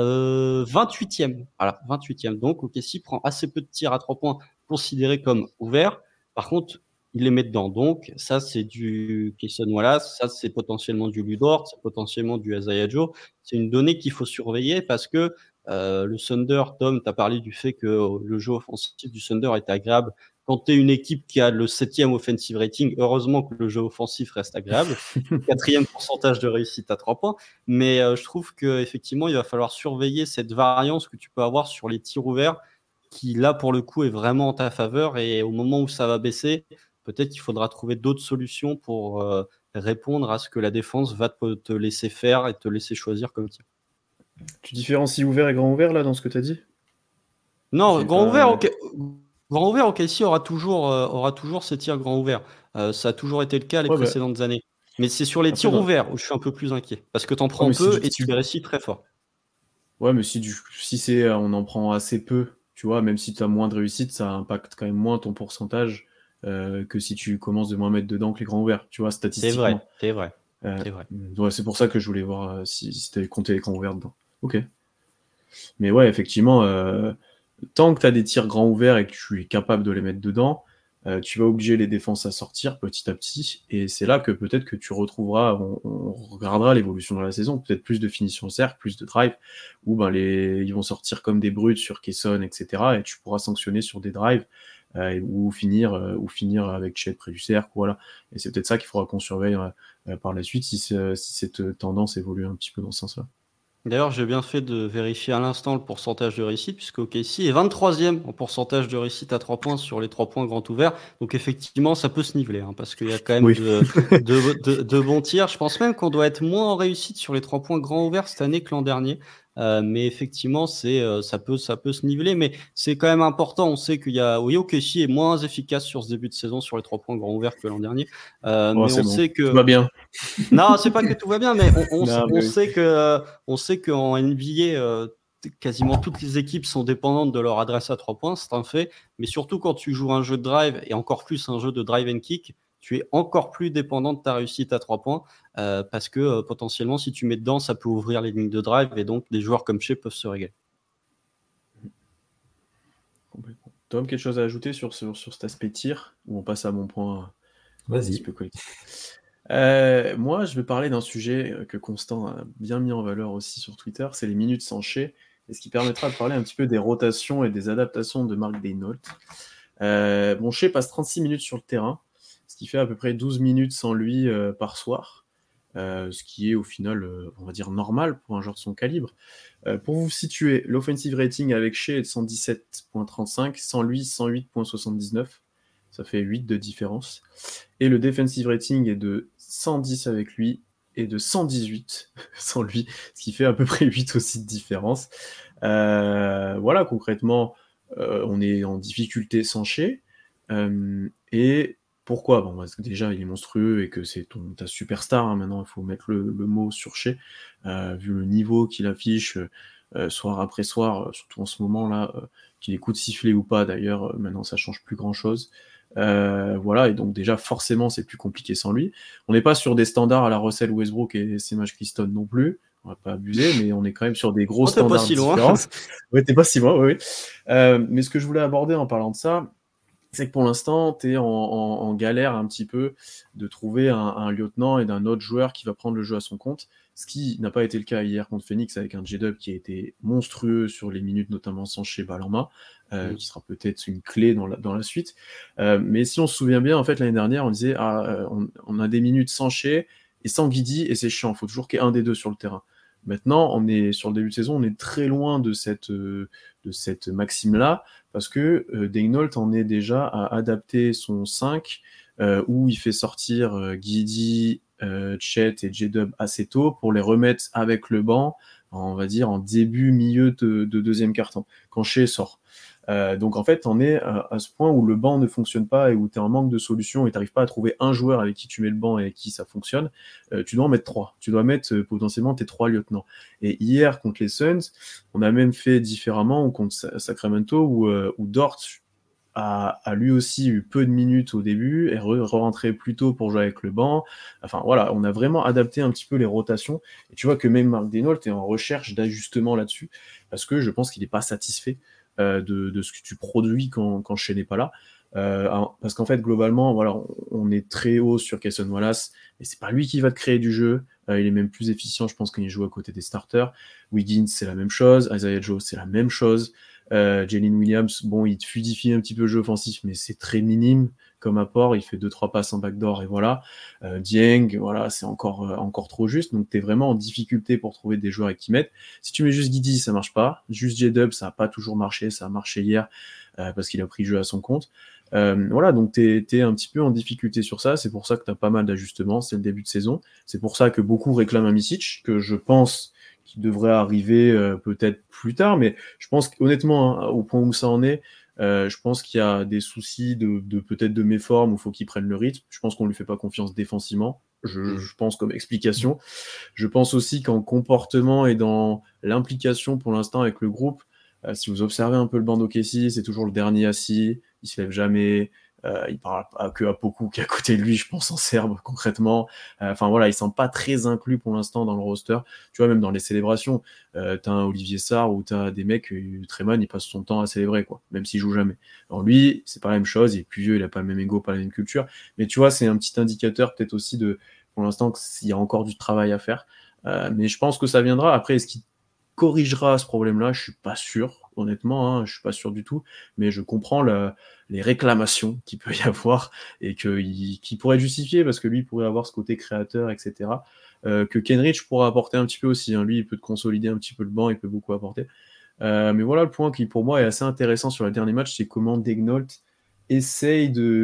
28e. Voilà, 28e. Donc, OKC prend assez peu de tirs à 3 points considérés comme ouverts. Par contre, il les met dedans. Donc, ça, c'est du Cason Wallace. Ça, c'est potentiellement du Lou Dort. C'est potentiellement du Isaiah Joe. C'est une donnée qu'il faut surveiller parce que le Thunder, Tom, tu as parlé du fait que le jeu offensif du Thunder était agréable. Quand tu es une équipe qui a le 7e offensive rating, heureusement que le jeu offensif reste agréable. 4e pourcentage de réussite à 3 points. Mais je trouve qu'effectivement, il va falloir surveiller cette variance que tu peux avoir sur les tirs ouverts qui, là, pour le coup, est vraiment en ta faveur. Et au moment où ça va baisser, peut-être qu'il faudra trouver d'autres solutions pour répondre à ce que la défense va te laisser faire et te laisser choisir comme tir. Tu différencies ouvert et grand ouvert, là, dans ce que tu as dit? Non, grand ouvert, ok. Grand ouvert, OKC aura toujours ses tirs grand ouverts. Ça a toujours été le cas les précédentes années. Mais c'est sur les tirs ouverts où je suis un peu plus inquiet. Parce que tu en prends peu et tu les réussis très fort. Ouais, mais si on en prend assez peu, tu vois, même si tu as moins de réussite, ça impacte quand même moins ton pourcentage que si tu commences de moins mettre dedans que les grands ouverts, tu vois, statistiquement. C'est vrai. Ouais, c'est pour ça que je voulais voir si tu avais compté les grands ouverts dedans. Ok. Mais ouais, effectivement, tant que tu as des tirs grands ouverts et que tu es capable de les mettre dedans, tu vas obliger les défenses à sortir petit à petit, et c'est là que peut-être que tu retrouveras, on regardera l'évolution de la saison, peut-être plus de finition au cercle, plus de drive, où ils vont sortir comme des brutes sur Cason, etc., et tu pourras sanctionner sur des drives, ou finir avec Chet près du cercle, voilà. Et c'est peut-être ça qu'il faudra qu'on surveille par la suite, si cette tendance évolue un petit peu dans ce sens-là. D'ailleurs, j'ai bien fait de vérifier à l'instant le pourcentage de réussite, puisque OKC est 23e en pourcentage de réussite à 3 points sur les 3 points grand ouverts. Donc effectivement, ça peut se niveler, parce qu'il y a quand même de bons tirs. Je pense même qu'on doit être moins en réussite sur les 3 points grand ouverts cette année que l'an dernier. Mais effectivement, ça peut se niveler, mais c'est quand même important. On sait OKC est moins efficace sur ce début de saison sur les 3 points grand ouverts que l'an dernier. Mais on sait que tout va bien. Non, c'est pas que tout va bien, mais on sait qu'en NBA, quasiment toutes les équipes sont dépendantes de leur adresse à 3 points, c'est un fait. Mais surtout quand tu joues un jeu de drive et encore plus un jeu de drive and kick, tu es encore plus dépendant de ta réussite à 3 points parce que potentiellement, si tu mets dedans, ça peut ouvrir les lignes de drive et donc des joueurs comme Shea peuvent se régaler. Complètement. Tom, quelque chose à ajouter sur cet aspect tir, ou on passe à mon point un petit Vas-y. peu collectif? Moi, je vais parler d'un sujet que Constant a bien mis en valeur aussi sur Twitter, c'est les minutes Sanché, et ce qui permettra de parler un petit peu des rotations et des adaptations de Mark Daigneault. Shea passe 36 minutes sur le terrain, ce qui fait à peu près 12 minutes sans lui par soir, ce qui est au final, on va dire, normal pour un joueur de son calibre. Pour vous situer, l'offensive rating avec Shea est de 117.35, sans lui 108.79, ça fait 8 de différence. Et le defensive rating est de 110 avec lui et de 118 sans lui, ce qui fait à peu près 8 aussi de différence. Voilà, concrètement, on est en difficulté sans Shea. Et pourquoi? Parce que déjà, il est monstrueux et que c'est ta superstar. Hein, maintenant, il faut mettre le mot sur Shea. Vu le niveau qu'il affiche soir après soir, surtout en ce moment-là, qu'il écoute siffler ou pas, d'ailleurs, maintenant, ça change plus grand-chose. Voilà, et donc déjà, forcément, c'est plus compliqué sans lui. On n'est pas sur des standards à la Russell Westbrook et Semaj Cliston non plus. On va pas abuser, mais on est quand même sur des gros standards pas si loin. différents. Ouais, t'es pas si loin, oui. Mais ce que je voulais aborder en parlant de ça, c'est que pour l'instant, tu es en galère un petit peu de trouver un lieutenant et d'un autre joueur qui va prendre le jeu à son compte, ce qui n'a pas été le cas hier contre Phoenix avec un J-Dub qui a été monstrueux sur les minutes, notamment sans Shea balle en main, qui sera peut-être une clé dans la suite. Mais si on se souvient bien, en fait, l'année dernière, on disait on a des minutes sans Shea et sans Giddey, et c'est chiant, il faut toujours qu'il y ait un des deux sur le terrain. Maintenant, on est sur le début de saison, on est très loin de cette maxime-là, parce que Daigneault en est déjà à adapter son 5, où il fait sortir Giddey, Chet et J-Dub assez tôt pour les remettre avec le banc, on va dire en milieu de deuxième quart-temps, quand Shea sort. Donc en fait, on est à ce point où le banc ne fonctionne pas et où tu es en manque de solutions et tu n'arrives pas à trouver un joueur avec qui tu mets le banc et avec qui ça fonctionne. Tu dois en mettre 3. Tu dois mettre potentiellement tes 3 lieutenants. Et hier, contre les Suns, on a même fait différemment, ou contre Sacramento, où Dort a lui aussi eu peu de minutes au début et rentré plus tôt pour jouer avec le banc. Enfin voilà, on a vraiment adapté un petit peu les rotations. Et tu vois que même Mark Daigneault est en recherche d'ajustement là-dessus, parce que je pense qu'il n'est pas satisfait de ce que tu produis quand Shea n'est pas là. Parce qu'en fait, globalement, voilà, on est très haut sur Cason Wallace, et c'est pas lui qui va te créer du jeu. Il est même plus efficient, je pense, quand il joue à côté des starters. Wiggins, c'est la même chose. Isaiah Joe, c'est la même chose. Jalen Williams, bon, il te fluidifie un petit peu le jeu offensif, mais c'est très minime comme apport. Il fait 2-3 passes en backdoor et voilà. Dieng, voilà, c'est encore trop juste. Donc, t'es vraiment en difficulté pour trouver des joueurs avec qui mettre. Si tu mets juste Giddey, ça marche pas. Juste J-Dub, ça a pas toujours marché. Ça a marché hier parce qu'il a pris le jeu à son compte. Voilà, donc t'es un petit peu en difficulté sur ça. C'est pour ça que t'as pas mal d'ajustements. C'est le début de saison. C'est pour ça que beaucoup réclament un Micic, que je pense qu'il devrait arriver peut-être plus tard. Mais je pense qu'honnêtement, hein, au point où ça en est, je pense qu'il y a des soucis de peut-être de méforme où il faut qu'il prenne le rythme. Je pense qu'on lui fait pas confiance défensivement. Je pense comme explication. Je pense aussi qu'en comportement et dans l'implication pour l'instant avec le groupe, si vous observez un peu le banc d'OKC, c'est toujours le dernier assis, il se lève jamais, il parle que à Poku qui est à côté de lui, je pense en serbe concrètement. Enfin voilà, il semble pas très inclus pour l'instant dans le roster. Tu vois, même dans les célébrations, t'as un Olivier Sarr ou t'as des mecs, Treman, il passe son temps à célébrer, quoi, même s'il joue jamais. Alors lui, c'est pas la même chose, il est plus vieux, il a pas le même ego, pas la même culture, mais tu vois, c'est un petit indicateur peut-être aussi pour l'instant, qu'il y a encore du travail à faire. Mais je pense que ça viendra. Après, est-ce qu'il corrigera ce problème-là? Je suis pas sûr, honnêtement, hein, je suis pas sûr du tout, mais je comprends les réclamations qu'il peut y avoir et qui pourraient être justifiées parce que lui pourrait avoir ce côté créateur, etc. Que Kenrich pourra apporter un petit peu aussi. Hein. Lui, il peut te consolider un petit peu le banc, il peut beaucoup apporter. Mais voilà le point qui, pour moi, est assez intéressant sur le dernier match, c'est comment Daigneault essaye de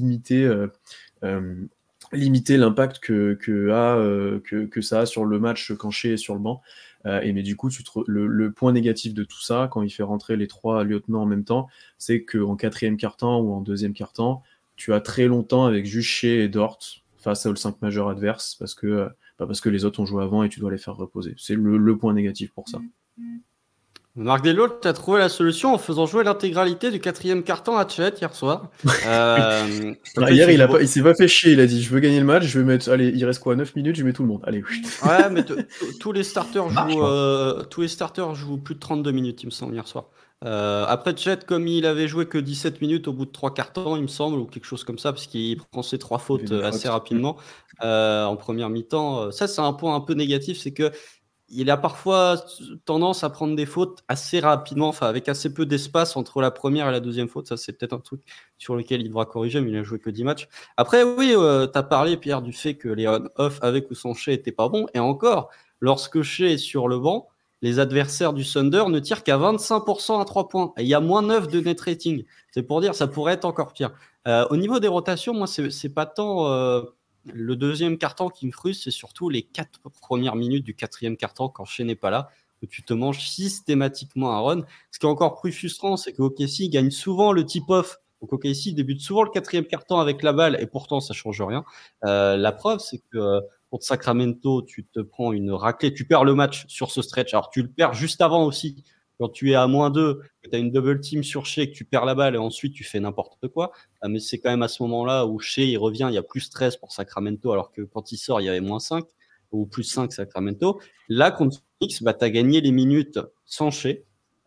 limiter l'impact que ça a sur le match quand Shea est sur le banc. Mais du coup, le point négatif de tout ça, quand il fait rentrer les 3 lieutenants en même temps, c'est qu'en 4e quart-temps ou en 2e quart-temps, tu as très longtemps avec juste Shea et Dort face au 5 majeur adverse parce que les autres ont joué avant et tu dois les faire reposer. C'est le point négatif pour ça. Mark Daigneault a trouvé la solution en faisant jouer l'intégralité du 4e quart-temps à Chet hier soir. Hier, il s'est pas fait chier. Il a dit, je veux gagner le match, je vais mettre. Allez, il reste quoi, 9 minutes, je mets tout le monde. Allez. Ouais, mais tous les starters jouent plus de 32 minutes, il me semble, hier soir. Après, Chet, comme il avait joué que 17 minutes au bout de 3 quarts temps, il me semble, ou quelque chose comme ça, parce qu'il prend ses 3 fautes assez rapidement en première mi-temps. Ça, c'est un point un peu négatif, c'est que il a parfois tendance à prendre des fautes assez rapidement, enfin avec assez peu d'espace entre la première et la deuxième faute. Ça, c'est peut-être un truc sur lequel il devra corriger, mais il a joué que 10 matchs. Après, oui, tu as parlé, Pierre, du fait que les on-off avec ou sans Shea n'étaient pas bons. Et encore, lorsque Shea est sur le banc, les adversaires du Thunder ne tirent qu'à 25% à 3 points. Et il y a moins 9 de net rating. C'est pour dire, ça pourrait être encore pire. Au niveau des rotations, moi, c'est pas tant... le deuxième quart-temps qui me frustre, c'est surtout les 4 premières minutes du quatrième quart-temps quand Shea n'est pas là, où tu te manges systématiquement un run. Ce qui est encore plus frustrant, c'est que OKC gagne souvent le tip-off. Donc OKC débute souvent le quatrième quart-temps avec la balle et pourtant ça change rien. La preuve, c'est que contre Sacramento, tu te prends une raclée, tu perds le match sur ce stretch. Alors tu le perds juste avant aussi, quand tu es à -2, que tu as une double team sur Shea, que tu perds la balle et ensuite tu fais n'importe quoi. Mais c'est quand même à ce moment-là où Shea il revient, il y a plus 13 pour Sacramento, alors que quand il sort, il y avait -5 ou plus 5 Sacramento. Là, contre Phoenix, bah, tu as gagné les minutes sans Shea.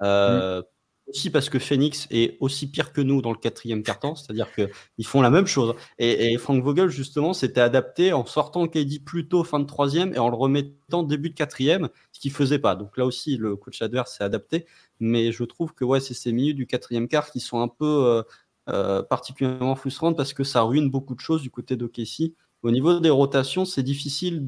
Aussi parce que Phoenix est aussi pire que nous dans le quatrième quart-temps, c'est-à-dire qu'ils font la même chose. Et Frank Vogel, justement, s'était adapté en sortant KD plus tôt fin de troisième et en le remettant début de quatrième, ce qu'il faisait pas. Donc là aussi, le coach adverse s'est adapté. Mais je trouve que ouais, c'est ces minutes du quatrième quart qui sont un peu particulièrement frustrantes parce que ça ruine beaucoup de choses du côté d'OKC. Au niveau des rotations, c'est difficile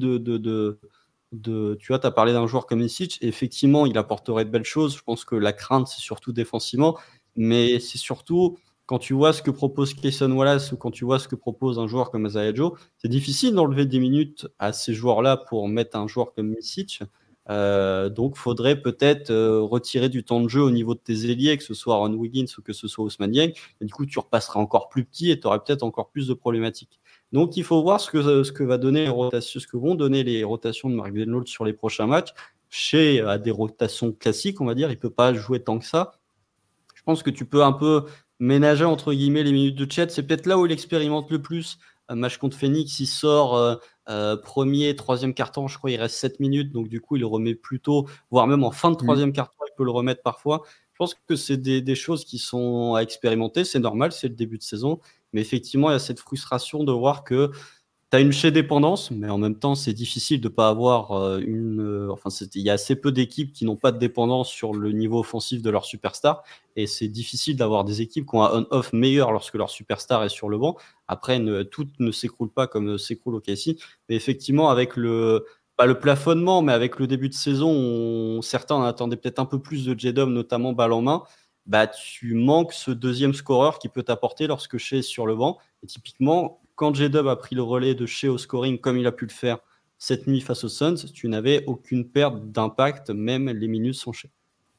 tu vois, tu as parlé d'un joueur comme Isic, et effectivement, il apporterait de belles choses. Je pense que la crainte, c'est surtout défensivement, mais c'est surtout quand tu vois ce que propose Cason Wallace ou quand tu vois ce que propose un joueur comme Isaiah Joe, c'est difficile d'enlever des minutes à ces joueurs-là pour mettre un joueur comme Isic. Donc, faudrait peut-être retirer du temps de jeu au niveau de tes ailiers, que ce soit Aaron Wiggins ou que ce soit Ousmane Dieng. Et du coup, tu repasseras encore plus petit et tu auras peut-être encore plus de problématiques. Donc, il faut voir ce que va donner les rotations, ce que vont donner les rotations de Mark Daigneault sur les prochains matchs. Shea a des rotations classiques, on va dire. Il peut pas jouer tant que ça. Je pense que tu peux un peu ménager entre guillemets les minutes de Chet. C'est peut-être là où il expérimente le plus. Un match contre Phoenix, il sort premier, troisième quart-temps, je crois, il reste 7 minutes. Donc, du coup, il le remet plus tôt, voire même en fin de troisième quart-temps, il peut le remettre parfois. Je pense que c'est des choses qui sont à expérimenter. C'est normal, c'est le début de saison. Mais effectivement, il y a cette frustration de voir que tu as une Shea dépendance, mais en même temps, c'est difficile de ne pas avoir il y a assez peu d'équipes qui n'ont pas de dépendance sur le niveau offensif de leur superstar. Et c'est difficile d'avoir des équipes qui ont un on-off meilleur lorsque leur superstar est sur le banc. Après, tout ne s'écroule pas comme s'écroule OKC. Mais effectivement, avec pas le plafonnement, mais avec le début de saison, certains en attendaient peut-être un peu plus de J-Dub, notamment balle en main. Bah, tu manques ce deuxième scoreur qui peut t'apporter lorsque Shea est sur le banc. Et typiquement, quand J-Dub a pris le relais de Shea au scoring comme il a pu le faire cette nuit face aux Suns, tu n'avais aucune perte d'impact, même les minutes sans Shea.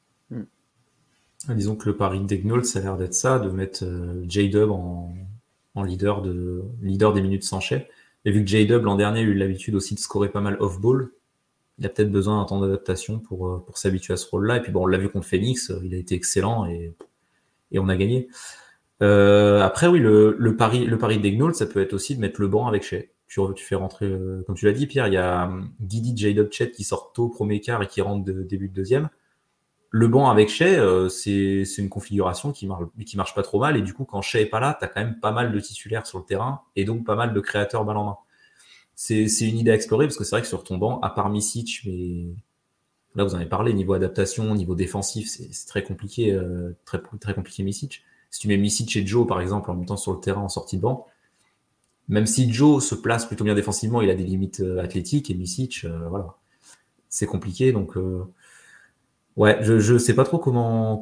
Disons que le pari de Daigneault, ça a l'air d'être ça, de mettre J-Dub en leader des minutes sans Shea. Et vu que J-Dub l'an dernier a eu l'habitude aussi de scorer pas mal off-ball, il a peut-être besoin d'un temps d'adaptation pour s'habituer à ce rôle-là. Et puis bon, on l'a vu contre Phoenix, il a été excellent et on a gagné. Après, oui, le pari de Daigneault, ça peut être aussi de mettre le banc avec Shea. Tu fais rentrer, comme tu l'as dit, Pierre, il y a Giddey, J-Dub, Chet qui sortent tôt premier quart et qui rentrent début de deuxième. Le banc avec Shea, c'est une configuration qui marche pas trop mal. Et du coup, quand Shea est pas là, tu as quand même pas mal de titulaires sur le terrain et donc pas mal de créateurs balle en main. C'est une idée à explorer parce que c'est vrai que sur ton banc, à part Micic, mais là vous en avez parlé, niveau adaptation, niveau défensif, c'est très compliqué, très compliqué Micic. Si tu mets Micic et Joe par exemple en même temps sur le terrain en sortie de banc, même si Joe se place plutôt bien défensivement, il a des limites athlétiques et Micic, voilà, c'est compliqué. Donc ouais, je sais pas trop comment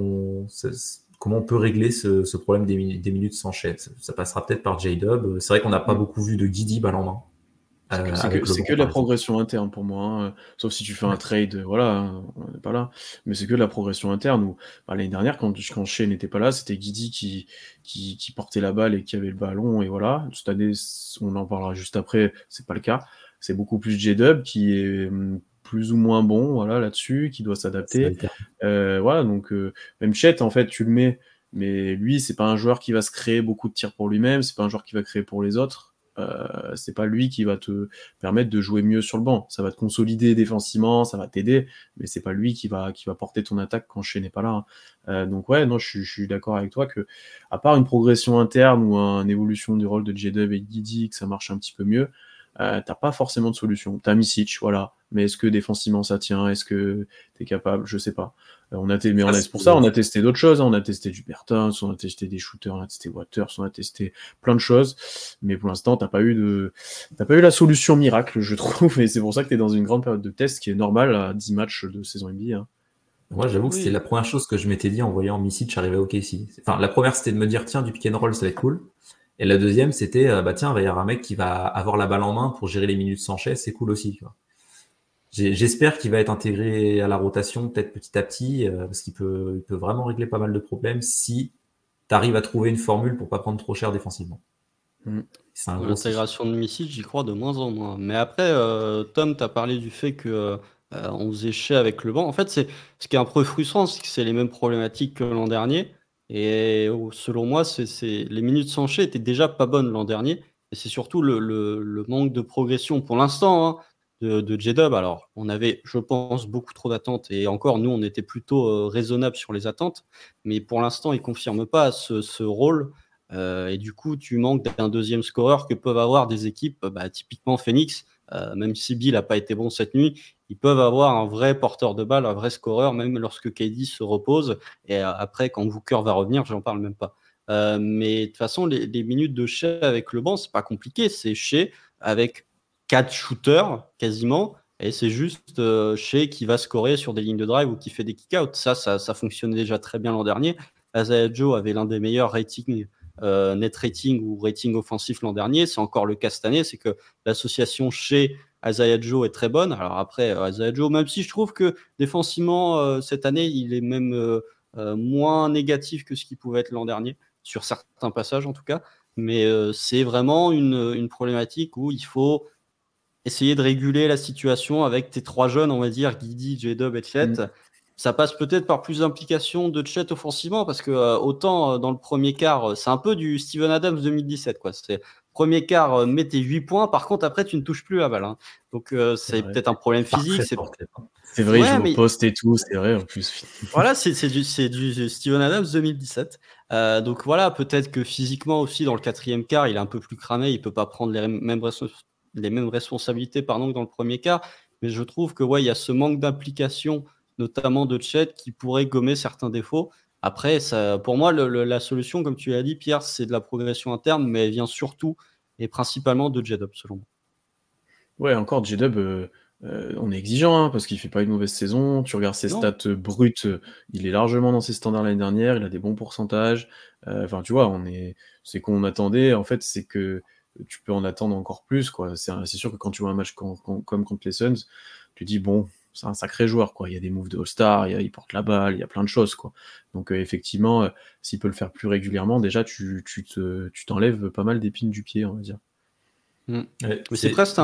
on peut régler ce problème des minutes sans Shea. Ça passera peut-être par J-Dub. C'est vrai qu'on n'a pas beaucoup vu de Giddey balle en main. C'est que de la progression interne pour moi, hein. Sauf si tu fais un trade, voilà, hein, on n'est pas là. Mais c'est que de la progression interne où l'année dernière, quand Shea n'était pas là, c'était Giddey qui portait la balle et qui avait le ballon, et voilà. Cette année, on en parlera juste après, c'est pas le cas. C'est beaucoup plus J-Dub qui est plus ou moins bon, voilà, là-dessus, qui doit s'adapter. Voilà, donc même Chet, en fait, tu le mets, mais lui, c'est pas un joueur qui va se créer beaucoup de tirs pour lui-même, c'est pas un joueur qui va créer pour les autres. c'est pas lui qui va te permettre de jouer mieux sur le banc. Ça va te consolider défensivement, ça va t'aider, mais c'est pas lui qui va porter ton attaque quand Shea n'est pas là. Donc ouais, non, je suis d'accord avec toi que, à part une progression interne ou une évolution du rôle de J-Dub et Guidi, que ça marche un petit peu mieux, t'as pas forcément de solution. T'as Micic, voilà. Mais est-ce que défensivement ça tient? Est-ce que t'es capable? Je sais pas. C'est pour ça, on a testé d'autres choses. On a testé du Bertens, on a testé des shooters, on a testé Waters, on a testé plein de choses. Mais pour l'instant, t'as pas eu la solution miracle, je trouve. Et c'est pour ça que t'es dans une grande période de test qui est normale à 10 matchs de saison NBA. Hein. Moi, j'avoue que c'était la première chose que je m'étais dit en voyant Micic arriver au OKC. Enfin, la première, c'était de me dire, tiens, du pick and roll, ça va être cool. Et la deuxième, c'était, tiens, il va y avoir un mec qui va avoir la balle en main pour gérer les minutes sans Shea, c'est cool aussi. Tu vois. J'espère qu'il va être intégré à la rotation, peut-être petit à petit, parce qu'il peut vraiment régler pas mal de problèmes si tu arrives à trouver une formule pour pas prendre trop cher défensivement. C'est l'intégration de Micic, j'y crois de moins en moins. Mais après, Tom, tu as parlé du fait que on faisait Shea avec le banc. En fait, ce qui est un peu frustrant, c'est que c'est les mêmes problématiques que l'an dernier. Et selon moi, les minutes sans Shea étaient déjà pas bonnes l'an dernier. Et c'est surtout le manque de progression pour l'instant de J-Dub. Alors, on avait, je pense, beaucoup trop d'attentes. Et encore, nous, on était plutôt raisonnable sur les attentes. Mais pour l'instant, il ne confirme pas ce rôle. Et du coup, tu manques d'un deuxième scoreur que peuvent avoir des équipes, typiquement Phoenix. Même si Bill n'a pas été bon cette nuit, ils peuvent avoir un vrai porteur de balle, un vrai scoreur, même lorsque KD se repose. Et après, quand Booker va revenir, j'en parle même pas. Mais de toute façon, les minutes de Shea avec le banc, c'est pas compliqué. C'est Shea avec 4 shooters quasiment. Et c'est juste Shea qui va scorer sur des lignes de drive ou qui fait des kick-outs. Ça fonctionnait déjà très bien l'an dernier. Isaiah Joe avait l'un des meilleurs ratings net rating ou rating offensif l'an dernier. C'est encore le cas cette année, c'est que l'association chez Isaiah Joe est très bonne. Alors après, Isaiah Joe, même si je trouve que défensivement, cette année, il est même moins négatif que ce qu'il pouvait être l'an dernier, sur certains passages en tout cas. Mais c'est vraiment une problématique où il faut essayer de réguler la situation avec tes trois jeunes, on va dire, Guidi, J-Dub et Chet. Ça passe peut-être par plus d'implication de Chet offensivement, parce que autant dans le premier quart, c'est un peu du Steven Adams 2017, quoi. C'est premier quart, mets tes 8 points, par contre après tu ne touches plus la balle. Hein. Donc c'est peut-être un problème physique. C'est vrai, il joue au poste et tout, c'est vrai en plus. Voilà, c'est du Steven Adams 2017. Donc voilà, peut-être que physiquement aussi, dans le quatrième quart, il est un peu plus cramé, il peut pas prendre les mêmes responsabilités que dans le premier quart. Mais je trouve que il y a ce manque d'implication, notamment de Chet, qui pourrait gommer certains défauts. Après, pour moi, la solution, comme tu l'as dit, Pierre, c'est de la progression interne, mais elle vient surtout et principalement de J-Dub, selon moi. Ouais, encore J-Dub, on est exigeant, parce qu'il fait pas une mauvaise saison. Tu regardes ses stats brutes, il est largement dans ses standards l'année dernière, il a des bons pourcentages. Enfin, tu vois, c'est qu'on attendait, en fait, c'est que tu peux en attendre encore plus, quoi. C'est sûr que quand tu vois un match comme contre les Suns, tu dis, bon, c'est un sacré joueur, quoi. Il y a des moves de All-Star, il porte la balle, il y a plein de choses, quoi. Donc effectivement, s'il peut le faire plus régulièrement, déjà tu t'enlèves pas mal d'épines du pied, on va dire. C'est presque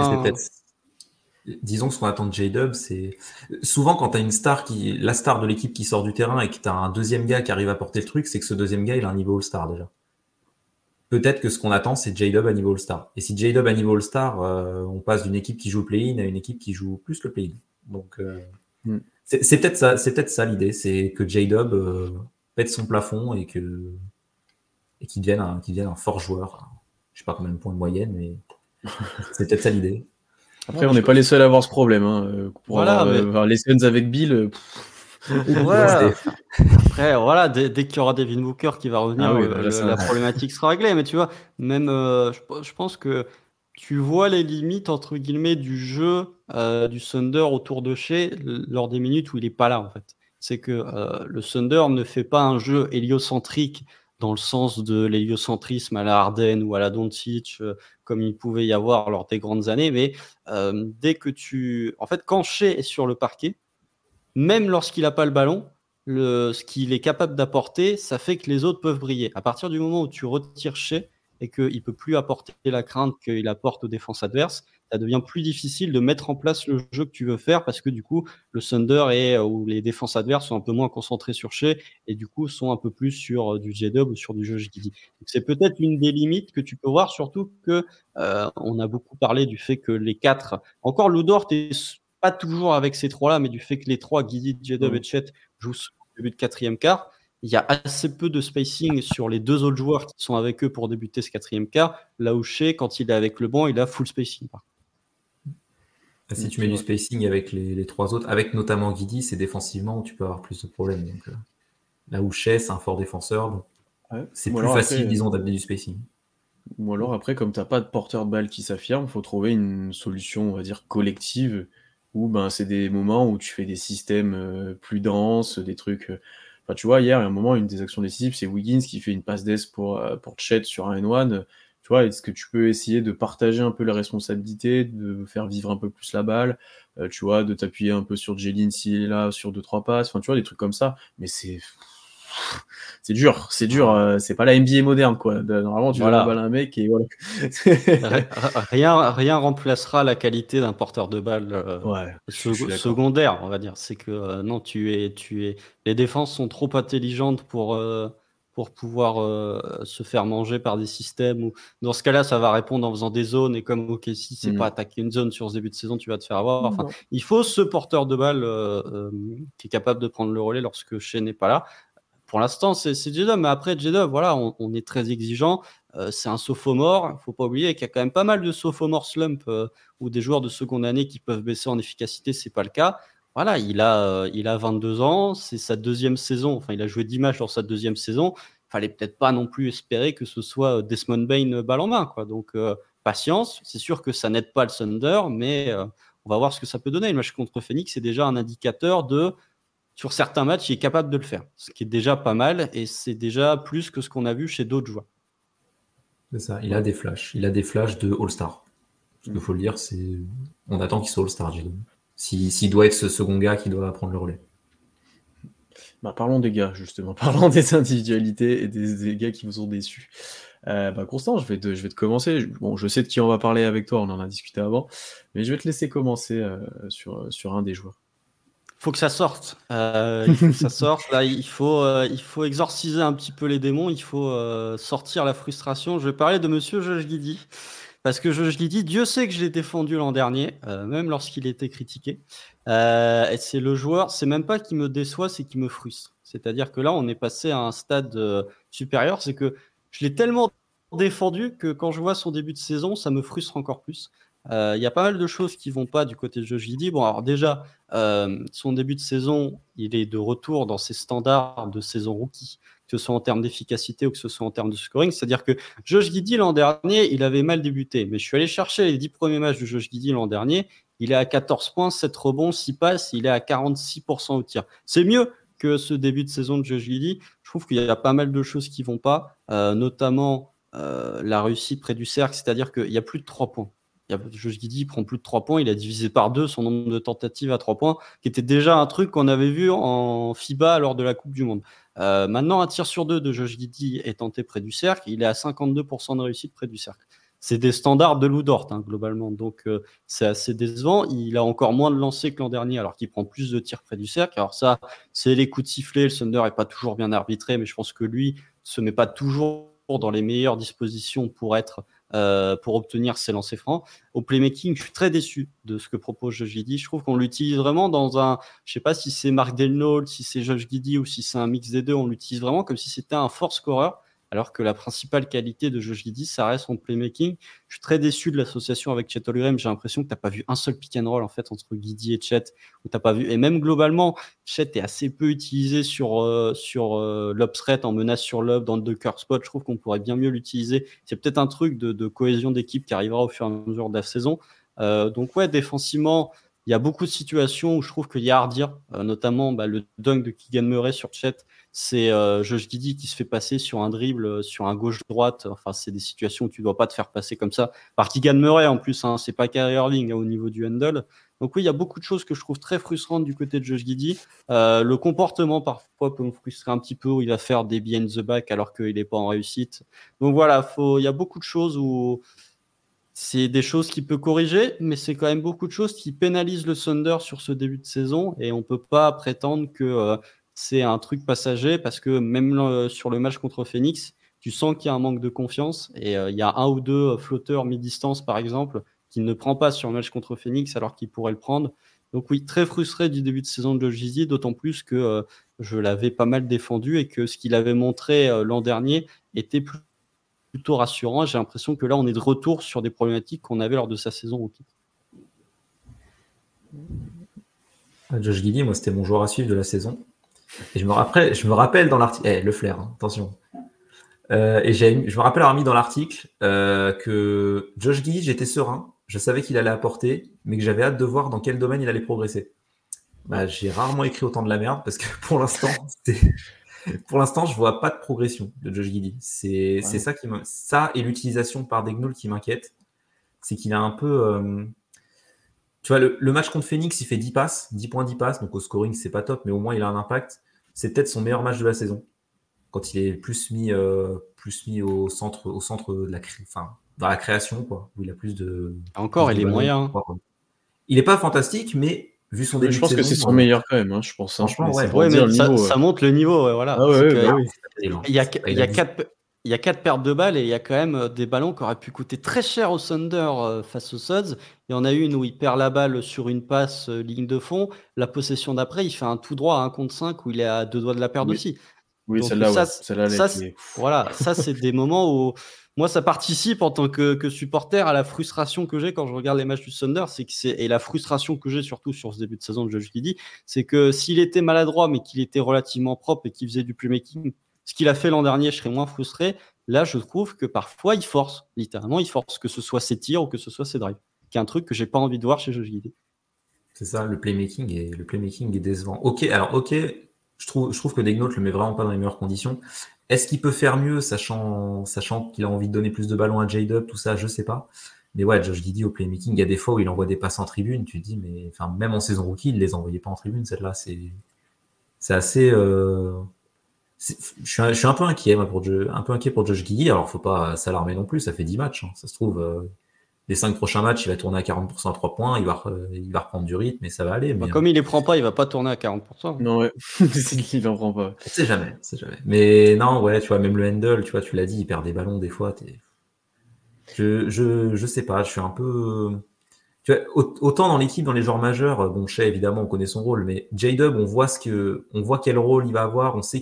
disons que ce qu'on attend de J-Dub, c'est souvent quand tu as une star la star de l'équipe qui sort du terrain et que tu as un deuxième gars qui arrive à porter le truc, c'est que ce deuxième gars il a un niveau All-Star déjà. Peut-être que ce qu'on attend, c'est J-Dub à niveau All-Star. Et si J-Dub à niveau All-Star, on passe d'une équipe qui joue le play-in à une équipe qui joue plus le play-in. Donc, c'est peut-être ça l'idée, c'est que J-Dub pète son plafond et qu'il devienne un fort joueur. Je sais pas combien de points de moyenne, mais c'est peut-être ça l'idée. Après, on n'est pas les seuls à avoir ce problème. Les Suns avec Bill... Après, dès qu'il y aura Devin Booker qui va revenir, la problématique sera réglée. Mais tu vois, même, je pense que tu vois les limites, entre guillemets, du jeu du Thunder autour de Shea lors des minutes où il n'est pas là, en fait. C'est que le Thunder ne fait pas un jeu héliocentrique dans le sens de l'héliocentrisme à la Harden ou à la Doncic, comme il pouvait y avoir lors des grandes années. Mais dès que en fait, quand Shea est sur le parquet, même lorsqu'il n'a pas le ballon, ce qu'il est capable d'apporter, ça fait que les autres peuvent briller. À partir du moment où tu retires Shea et qu'il ne peut plus apporter la crainte qu'il apporte aux défenses adverses, ça devient plus difficile de mettre en place le jeu que tu veux faire parce que du coup, le Thunder ou les défenses adverses sont un peu moins concentrés sur Shai et du coup sont un peu plus sur du J-Dub ou sur du Josh Giddey. Donc c'est peut-être une des limites que tu peux voir, surtout que on a beaucoup parlé du fait que les 4, encore Lou Dort est pas toujours avec ces 3-là, mais du fait que les 3, Giddey, J-Dub et Chet, jouent au début de 4e quart, il y a assez peu de spacing sur les 2 autres joueurs qui sont avec eux pour débuter ce 4e quart, là où Shai, quand il est avec le banc, il a full spacing. Si tu mets du spacing avec les 3 autres, avec notamment Giddey, c'est défensivement où tu peux avoir plus de problèmes. Donc, là où Shai, c'est un fort défenseur, donc c'est plus facile, disons, d'amener du spacing. Ou alors après, comme tu n'as pas de porteur de balle qui s'affirme, il faut trouver une solution, on va dire, collective, où c'est des moments où tu fais des systèmes plus denses, des trucs... Enfin, tu vois, hier, il y a un moment, une des actions décisives, c'est Wiggins qui fait une passe d'ess pour Chet sur un N1. Tu vois, est-ce que tu peux essayer de partager un peu les responsabilités, de faire vivre un peu plus la balle, tu vois, de t'appuyer un peu sur Jalen s'il est là, sur 2-3 passes, enfin, tu vois, des trucs comme ça. Mais c'est dur, c'est pas la NBA moderne, quoi. Normalement, tu donnes la balle à un mec et voilà. Rien remplacera la qualité d'un porteur de balle secondaire, on va dire. C'est que non, les défenses sont trop intelligentes pour pouvoir se faire manger par des systèmes où, dans ce cas-là, ça va répondre en faisant des zones et comme OKC, c'est pas attaquer une zone sur ce début de saison, tu vas te faire avoir. Enfin, il faut ce porteur de balle qui est capable de prendre le relais lorsque Shai n'est pas là. Pour l'instant, c'est J-Dub, mais après J-Dub, voilà, on est très exigeant. C'est un sophomore. Il ne faut pas oublier qu'il y a quand même pas mal de sophomore slump ou des joueurs de seconde année qui peuvent baisser en efficacité. C'est pas le cas. Voilà, il a 22 ans. C'est sa 2e saison. Enfin, il a joué 10 matchs dans sa 2e saison. Fallait peut-être pas non plus espérer que ce soit Desmond Bane balle en main, quoi. Donc, patience. C'est sûr que ça n'aide pas le Thunder, mais on va voir ce que ça peut donner. Le match contre Phoenix, c'est déjà un indicateur sur certains matchs, il est capable de le faire, ce qui est déjà pas mal et c'est déjà plus que ce qu'on a vu chez d'autres joueurs. C'est ça, il a des flashs de All-Star. Ce qu'il faut le dire, on attend qu'il soit All-Star, s'il doit être ce second gars qui doit prendre le relais. Parlons des gars, justement, parlons des individualités et des gars qui vous ont déçus. Constant, je vais te commencer. Bon, je sais de qui on va parler avec toi, on en a discuté avant, mais je vais te laisser commencer sur un des joueurs. Faut que ça sorte. Il faut que ça sorte. Là, il faut exorciser un petit peu les démons. Il faut sortir la frustration. Je vais parler de Monsieur Josh Giddey. Parce que Josh Giddey, Dieu sait que je l'ai défendu l'an dernier, même lorsqu'il était critiqué. Et c'est le joueur, c'est même pas qui me déçoit, c'est qui me frustre. C'est-à-dire que là, on est passé à un stade supérieur. C'est que je l'ai tellement défendu que quand je vois son début de saison, ça me frustre encore plus. Il y a pas mal de choses qui vont pas du côté de Josh Giddey. Bon, alors déjà, son début de saison, il est de retour dans ses standards de saison rookie, que ce soit en termes d'efficacité ou que ce soit en termes de scoring. C'est-à-dire que Josh Giddey, l'an dernier, il avait mal débuté. Mais je suis allé chercher les 10 premiers matchs de Josh Giddey l'an dernier. Il est à 14 points, 7 rebonds, 6 passes. Il est à 46% au tir. C'est mieux que ce début de saison de Josh Giddey. Je trouve qu'il y a pas mal de choses qui vont pas, notamment la réussite près du cercle. C'est-à-dire qu'il y a plus de 3 points. Josh Giddey prend plus de 3 points, il a divisé par 2 son nombre de tentatives à 3 points, qui était déjà un truc qu'on avait vu en FIBA lors de la Coupe du Monde. Maintenant, un tir sur 2 de Josh Giddey est tenté près du cercle, il est à 52% de réussite près du cercle. C'est des standards de Lou Dort, globalement, donc c'est assez décevant. Il a encore moins de lancers que l'an dernier, alors qu'il prend plus de tirs près du cercle. Alors ça, c'est les coups de sifflet, le Thunder n'est pas toujours bien arbitré, mais je pense que lui se met pas toujours dans les meilleures dispositions pour obtenir ses lancers francs. Au playmaking, je suis très déçu de ce que propose Josh Giddey. Je trouve qu'on l'utilise vraiment dans un... Je sais pas si c'est Mark Delnault, si c'est Josh Giddey ou si c'est un mix des deux. On l'utilise vraiment comme si c'était un fort scoreur, alors que la principale qualité de Josh Giddey, ça reste son playmaking. Je suis très déçu de l'association avec Chet Holmgren. J'ai l'impression que tu n'as pas vu un seul pick and roll en fait entre Giddey et Chet, où t'as pas vu. Et même globalement, Chet est assez peu utilisé sur lob threat, en menace sur lob, dans le dunker spot. Je trouve qu'on pourrait bien mieux l'utiliser. C'est peut-être un truc de cohésion d'équipe qui arrivera au fur et à mesure de la saison. Donc ouais, défensivement, il y a beaucoup de situations où je trouve qu'il y a à redire, notamment le dunk de Keegan Murray sur Chet. C'est Josh Giddey qui se fait passer sur un dribble, sur un gauche-droite. Enfin, c'est des situations où tu ne dois pas te faire passer comme ça. Par Keegan Murray en plus, c'est pas Kyrie Irving au niveau du handle. Donc oui, il y a beaucoup de choses que je trouve très frustrantes du côté de Josh Giddey. Le comportement parfois peut me frustrer un petit peu, où il va faire des behind the back alors qu'il n'est pas en réussite. Donc voilà, il y a beaucoup de choses où c'est des choses qu'il peut corriger, mais c'est quand même beaucoup de choses qui pénalisent le Thunder sur ce début de saison, et on peut pas prétendre que c'est un truc passager, parce que même sur le match contre Phoenix, tu sens qu'il y a un manque de confiance, et il y a un ou deux flotteurs mi-distance, par exemple, qu'il ne prend pas sur le match contre Phoenix, alors qu'il pourrait le prendre. Donc oui, très frustré du début de saison de Josh Giddey, d'autant plus que je l'avais pas mal défendu, et que ce qu'il avait montré l'an dernier était plutôt rassurant. J'ai l'impression que là, on est de retour sur des problématiques qu'on avait lors de sa saison rookie. Josh Giddey, moi, c'était mon joueur à suivre de la saison. Et je me rappelle dans l'article, le flair, hein, attention. Je me rappelle avoir mis dans l'article que Josh Giddey, j'étais serein, je savais qu'il allait apporter, mais que j'avais hâte de voir dans quel domaine il allait progresser. J'ai rarement écrit autant de la merde parce que pour l'instant, je vois pas de progression de Josh Giddey. C'est ça ça et l'utilisation par Daigneault qui m'inquiète. C'est qu'il a un peu, tu vois, le match contre Phoenix, il fait 10 passes, 10 points, 10 passes, donc au scoring, c'est pas top, mais au moins il a un impact. C'est peut-être son meilleur match de la saison, quand il est plus mis au centre de dans la création, quoi, où il a plus de. Encore, plus de il est ballons. moyen. Il est pas fantastique, mais vu son début de saison. Je pense que c'est son meilleur quand même, hein, je pense. Franchement, ouais. Mais ça monte le niveau, voilà. Ah ouais, oui. Il y a 4 pertes de balles, et il y a quand même des ballons qui auraient pu coûter très cher au Thunder face aux Suns. Il y en a une où il perd la balle sur une passe ligne de fond. La possession d'après, il fait un tout droit à 1 contre 5 où il est à 2 doigts de la perdre aussi. Oui, donc, celle-là, ça, c'est des moments où moi, ça participe en tant que supporter à la frustration que j'ai quand je regarde les matchs du Thunder. Et la frustration que j'ai surtout sur ce début de saison de Josh Giddey, c'est que s'il était maladroit, mais qu'il était relativement propre et qu'il faisait du playmaking, ce qu'il a fait l'an dernier, je serais moins frustré. Là, je trouve que parfois, il force, littéralement, que ce soit ses tirs ou que ce soit ses drives, qui est un truc que j'ai pas envie de voir chez Josh Giddey. C'est ça, le playmaking est décevant. Ok, je trouve que Daigneault le met vraiment pas dans les meilleures conditions. Est-ce qu'il peut faire mieux, sachant qu'il a envie de donner plus de ballons à J-Dub, tout ça, je sais pas. Mais ouais, Josh Giddey au playmaking, il y a des fois où il envoie des passes en tribune, tu te dis, mais enfin, même en saison rookie, il les envoyait pas en tribune, celle-là, c'est assez. Je suis un peu inquiet, moi, pour Josh Giddey. Alors, faut pas s'alarmer non plus, ça fait 10 matchs. Hein. Ça se trouve, les 5 prochains matchs, il va tourner à 40% à 3 points, il va reprendre du rythme et ça va aller. Mais, comme il les prend pas, il va pas tourner à 40%. Non, ouais, il en prend pas. C'est jamais. Mais non, ouais, tu vois, même le handle, tu vois, tu l'as dit, il perd des ballons des fois. Je sais pas, je suis un peu. Tu vois, autant dans l'équipe, dans les joueurs majeurs, bon, Shai, évidemment, on connaît son rôle, mais J-Dub, on voit quel rôle il va avoir, on sait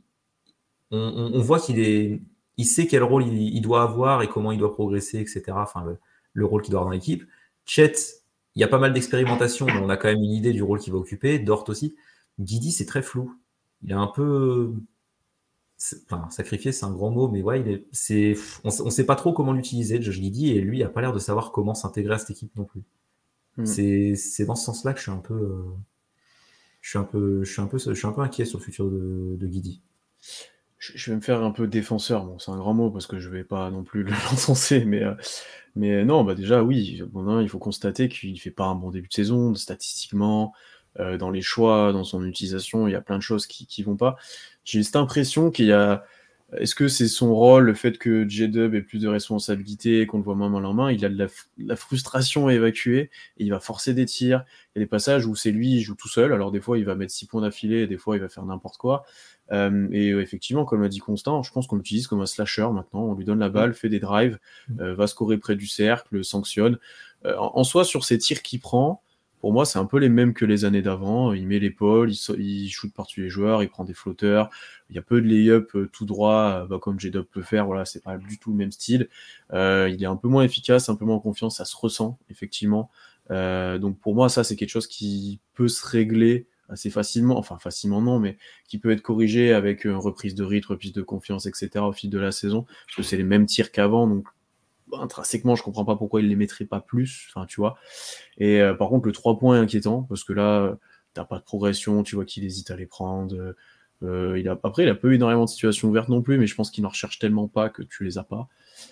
on voit il sait quel rôle il doit avoir et comment il doit progresser, etc. Enfin, le rôle qu'il doit avoir dans l'équipe. Chet, il y a pas mal d'expérimentation, mais on a quand même une idée du rôle qu'il va occuper. Dort aussi. Giddey, c'est très flou. Il est un peu. Sacrifié, c'est un grand mot, mais ouais, on sait pas trop comment l'utiliser, Josh Giddey, et lui, il a pas l'air de savoir comment s'intégrer à cette équipe non plus. C'est dans ce sens-là que je suis un peu inquiet sur le futur de Giddey. Je vais me faire un peu défenseur, bon, c'est un grand mot parce que je vais pas non plus l'encenser, mais non, déjà oui, il faut constater qu'il fait pas un bon début de saison, statistiquement, dans les choix, dans son utilisation, il y a plein de choses qui vont pas. J'ai cette impression qu'il y a... Est-ce que c'est son rôle, le fait que J-Dub ait plus de responsabilités, qu'on le voit moins en main, il a de la frustration à évacuer, et il va forcer des tirs. Il y a des passages où c'est lui, il joue tout seul, alors des fois il va mettre 6 points d'affilée, et des fois il va faire n'importe quoi. Et effectivement, comme l'a dit Constant, je pense qu'on l'utilise comme un slasher maintenant, on lui donne la balle, fait des drives, va scorer près du cercle, sanctionne. En soi, sur ces tirs qu'il prend, pour moi, c'est un peu les mêmes que les années d'avant. Il met l'épaule, il shoot par-dessus les joueurs, il prend des flotteurs. Il y a peu de lay-up tout droit, comme J-Dub peut faire. Voilà, c'est pas du tout le même style. Il est un peu moins efficace, un peu moins en confiance. Ça se ressent, effectivement. Donc pour moi, ça, c'est quelque chose qui peut se régler assez facilement. Enfin, facilement non, mais qui peut être corrigé avec reprise de rythme, reprise de confiance, etc. au fil de la saison. Parce que c'est les mêmes tirs qu'avant, donc intrinsèquement, je comprends pas pourquoi il les mettrait pas plus, enfin, tu vois. Et par contre, le 3 points est inquiétant, parce que là, t'as pas de progression, tu vois qu'il hésite à les prendre. Après, il a pas eu énormément de situations ouvertes non plus, mais je pense qu'il n'en recherche tellement pas que tu les as pas.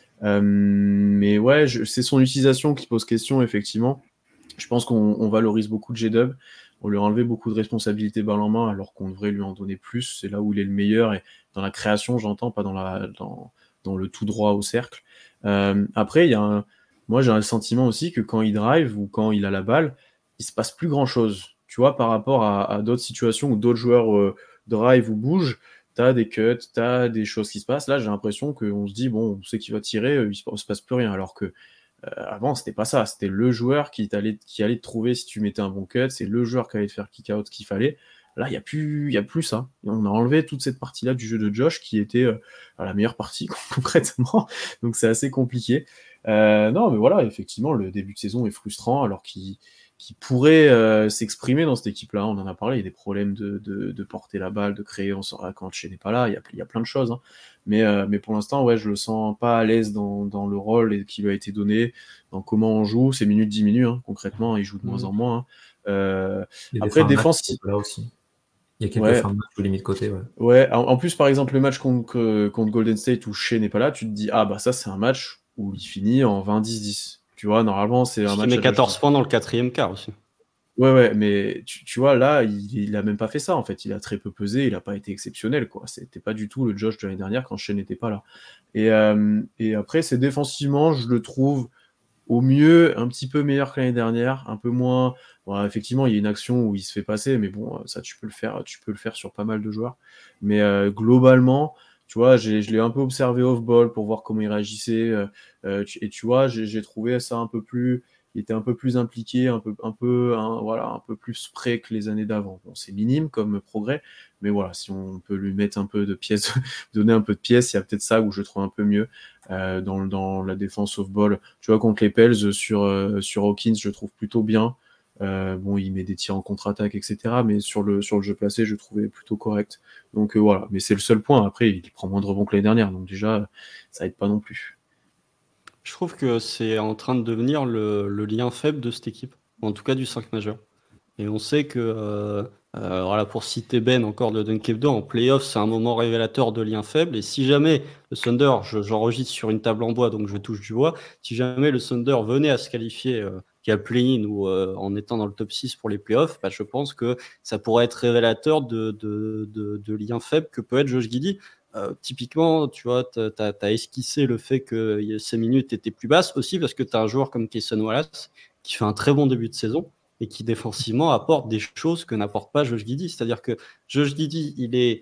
Mais ouais, c'est son utilisation qui pose question, effectivement. Je pense qu'on valorise beaucoup de J-Dub. On lui a enlevé beaucoup de responsabilités balle en main, alors qu'on devrait lui en donner plus. C'est là où il est le meilleur, et dans la création, j'entends, pas dans le tout droit au cercle. Après, il y a moi j'ai un sentiment aussi que quand il drive ou quand il a la balle, il se passe plus grand-chose. Tu vois, par rapport à d'autres situations où d'autres joueurs drive ou bougent, t'as des cuts, t'as des choses qui se passent. Là, j'ai l'impression qu'on se dit, bon, on sait qu'il va tirer, il se passe plus rien. Alors que avant, c'était pas ça. C'était le joueur qui allait te trouver si tu mettais un bon cut. C'est le joueur qui allait te faire kick-out qu'il fallait. Là, il y a plus ça. Et on a enlevé toute cette partie-là du jeu de Josh qui était la meilleure partie concrètement. Donc c'est assez compliqué. Non, mais voilà, effectivement, le début de saison est frustrant alors qu'il pourrait s'exprimer dans cette équipe-là. On en a parlé, il y a des problèmes de porter la balle, de créer, on saura quand Shea n'est pas là, il y a plein de choses. Hein. Mais pour l'instant, ouais, je le sens pas à l'aise dans le rôle qui lui a été donné, dans comment on joue. C'est minute 10 minutes, hein, concrètement, il joue de moins en moins. Hein. Après, défensif. Là aussi. Il y a quelques Ouais. fins de match où limite côté, ouais. Ouais, en plus, par exemple, le match contre Golden State où Shea n'est pas là, tu te dis, ah bah ça, c'est un match où il finit en 20-10-10. Tu vois, normalement, c'est un match. Il met 14 points dans le 4e quart aussi. Ouais, mais tu vois, là, il a même pas fait ça, en fait. Il a très peu pesé, il a pas été exceptionnel, quoi. C'était pas du tout le Josh de l'année dernière quand Shea n'était pas là. Et après, c'est défensivement, je le trouve au mieux un petit peu meilleur que l'année dernière, un peu moins. Bon, effectivement, il y a une action où il se fait passer, mais bon, ça tu peux le faire sur pas mal de joueurs. Mais globalement, tu vois, je l'ai un peu observé off-ball pour voir comment il réagissait. Et tu vois, j'ai trouvé ça un peu plus. Il était un peu plus impliqué, un peu plus près que les années d'avant. Bon, c'est minime comme progrès, mais voilà, si on peut lui mettre un peu de pièces, donner un peu de pièces, il y a peut-être ça où je trouve un peu mieux dans la défense off-ball. Tu vois, contre les Pels sur Hawkins, je trouve plutôt bien. Bon, il met des tirs en contre-attaque, etc. Mais sur le jeu placé, je trouvais plutôt correct. Donc voilà, mais c'est le seul point. Après, il prend moins de rebonds que l'année dernière, donc déjà, ça aide pas non plus. Je trouve que c'est en train de devenir le lien faible de cette équipe, en tout cas du 5 majeur. Et on sait que, voilà, pour citer Ben encore de Dunkebdo, en playoff, c'est un moment révélateur de lien faible. Et si jamais le Thunder, j'enregistre sur une table en bois, donc je touche du bois, si jamais le Thunder venait à se qualifier via play-in ou en étant dans le top 6 pour les playoffs, bah, je pense que ça pourrait être révélateur de lien faible que peut être Josh Giddey. Typiquement, tu vois, t'as esquissé le fait que ces minutes étaient plus basses aussi parce que tu as un joueur comme Cason Wallace qui fait un très bon début de saison et qui défensivement apporte des choses que n'apporte pas Josh Giddey. C'est-à-dire que Josh Giddey, il est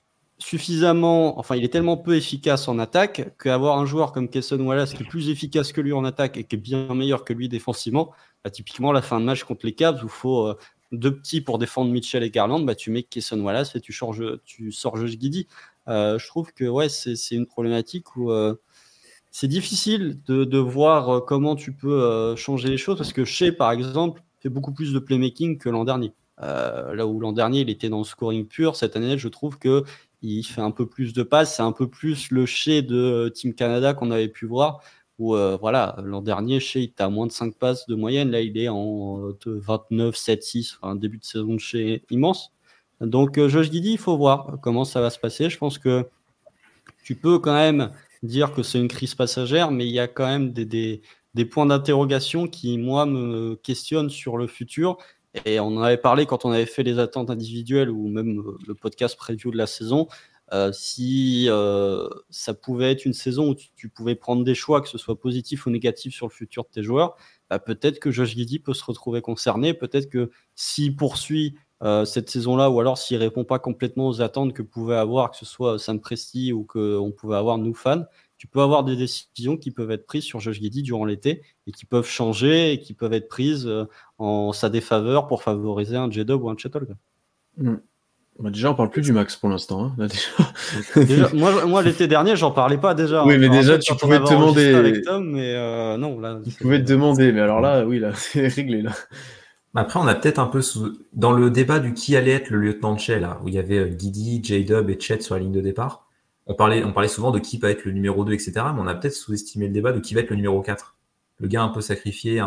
tellement peu efficace en attaque qu'avoir un joueur comme Cason Wallace qui est plus efficace que lui en attaque et qui est bien meilleur que lui défensivement, bah, typiquement la fin de match contre les Cavs où il faut deux petits pour défendre Mitchell et Garland, bah, tu mets Cason Wallace et tu sors Josh Giddey. Je trouve que ouais, c'est une problématique où c'est difficile de voir comment tu peux changer les choses parce que Shea, par exemple, fait beaucoup plus de playmaking que l'an dernier. Là où l'an dernier, il était dans le scoring pur, cette année, je trouve qu'il fait un peu plus de passes. C'est un peu plus le Shea de Team Canada qu'on avait pu voir. Où voilà, l'an dernier, Shea était à moins de 5 passes de moyenne. Là, il est en 29, 7, 6, un début de saison de Shea immense. Donc, Josh Giddey, il faut voir comment ça va se passer. Je pense que tu peux quand même dire que c'est une crise passagère, mais il y a quand même des points d'interrogation qui, moi, me questionnent sur le futur. Et on en avait parlé quand on avait fait les attentes individuelles ou même le podcast preview de la saison. Si ça pouvait être une saison où tu pouvais prendre des choix, que ce soit positif ou négatif sur le futur de tes joueurs, bah, peut-être que Josh Giddey peut se retrouver concerné. Peut-être que s'il poursuit cette saison-là, ou alors s'il répond pas complètement aux attentes que pouvait avoir, que ce soit Sam Presti ou qu'on pouvait avoir nous fans, tu peux avoir des décisions qui peuvent être prises sur Josh Giddey durant l'été et qui peuvent changer et qui peuvent être prises en sa défaveur pour favoriser un J-Dub ou un Chet Holmgren. Bah déjà, on parle plus du max pour l'instant. Hein. Déjà, moi, l'été dernier, j'en parlais pas déjà. Oui, mais déjà, tu pouvais te demander. Avec Tom, mais non, là. Tu pouvais te demander, mais alors là, oui, là, c'est réglé là. Après, on a peut-être un peu dans le débat du qui allait être le lieutenant de Shea, là, où il y avait Giddey, J-Dub et Chet sur la ligne de départ. On parlait souvent de qui va être le numéro 2, etc. Mais on a peut-être sous-estimé le débat de qui va être le numéro 4. Le gars un peu sacrifié,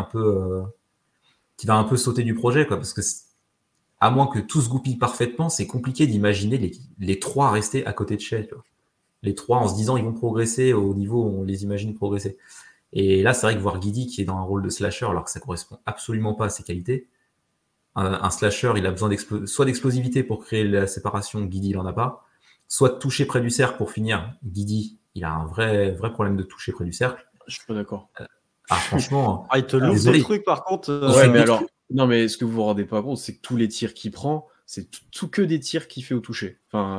qui va un peu sauter du projet, quoi. Parce que à moins que tout se goupille parfaitement, c'est compliqué d'imaginer les trois rester à côté de Shea, tu vois. Les trois en se disant ils vont progresser au niveau où on les imagine progresser. Et là, c'est vrai que voir Giddey qui est dans un rôle de slasher alors que ça correspond absolument pas à ses qualités. Un slasher, il a besoin soit d'explosivité pour créer la séparation, Giddey il en a pas. Soit de toucher près du cercle pour finir, Giddey il a un vrai problème de toucher près du cercle. Je suis pas d'accord. franchement, Ah, il te loupe des désolé. trucs par contre. Ouais, mais des alors, trucs. non, mais ce que vous vous rendez pas compte, c'est que tous les tirs qu'il prend, c'est tout que des tirs qu'il fait au toucher.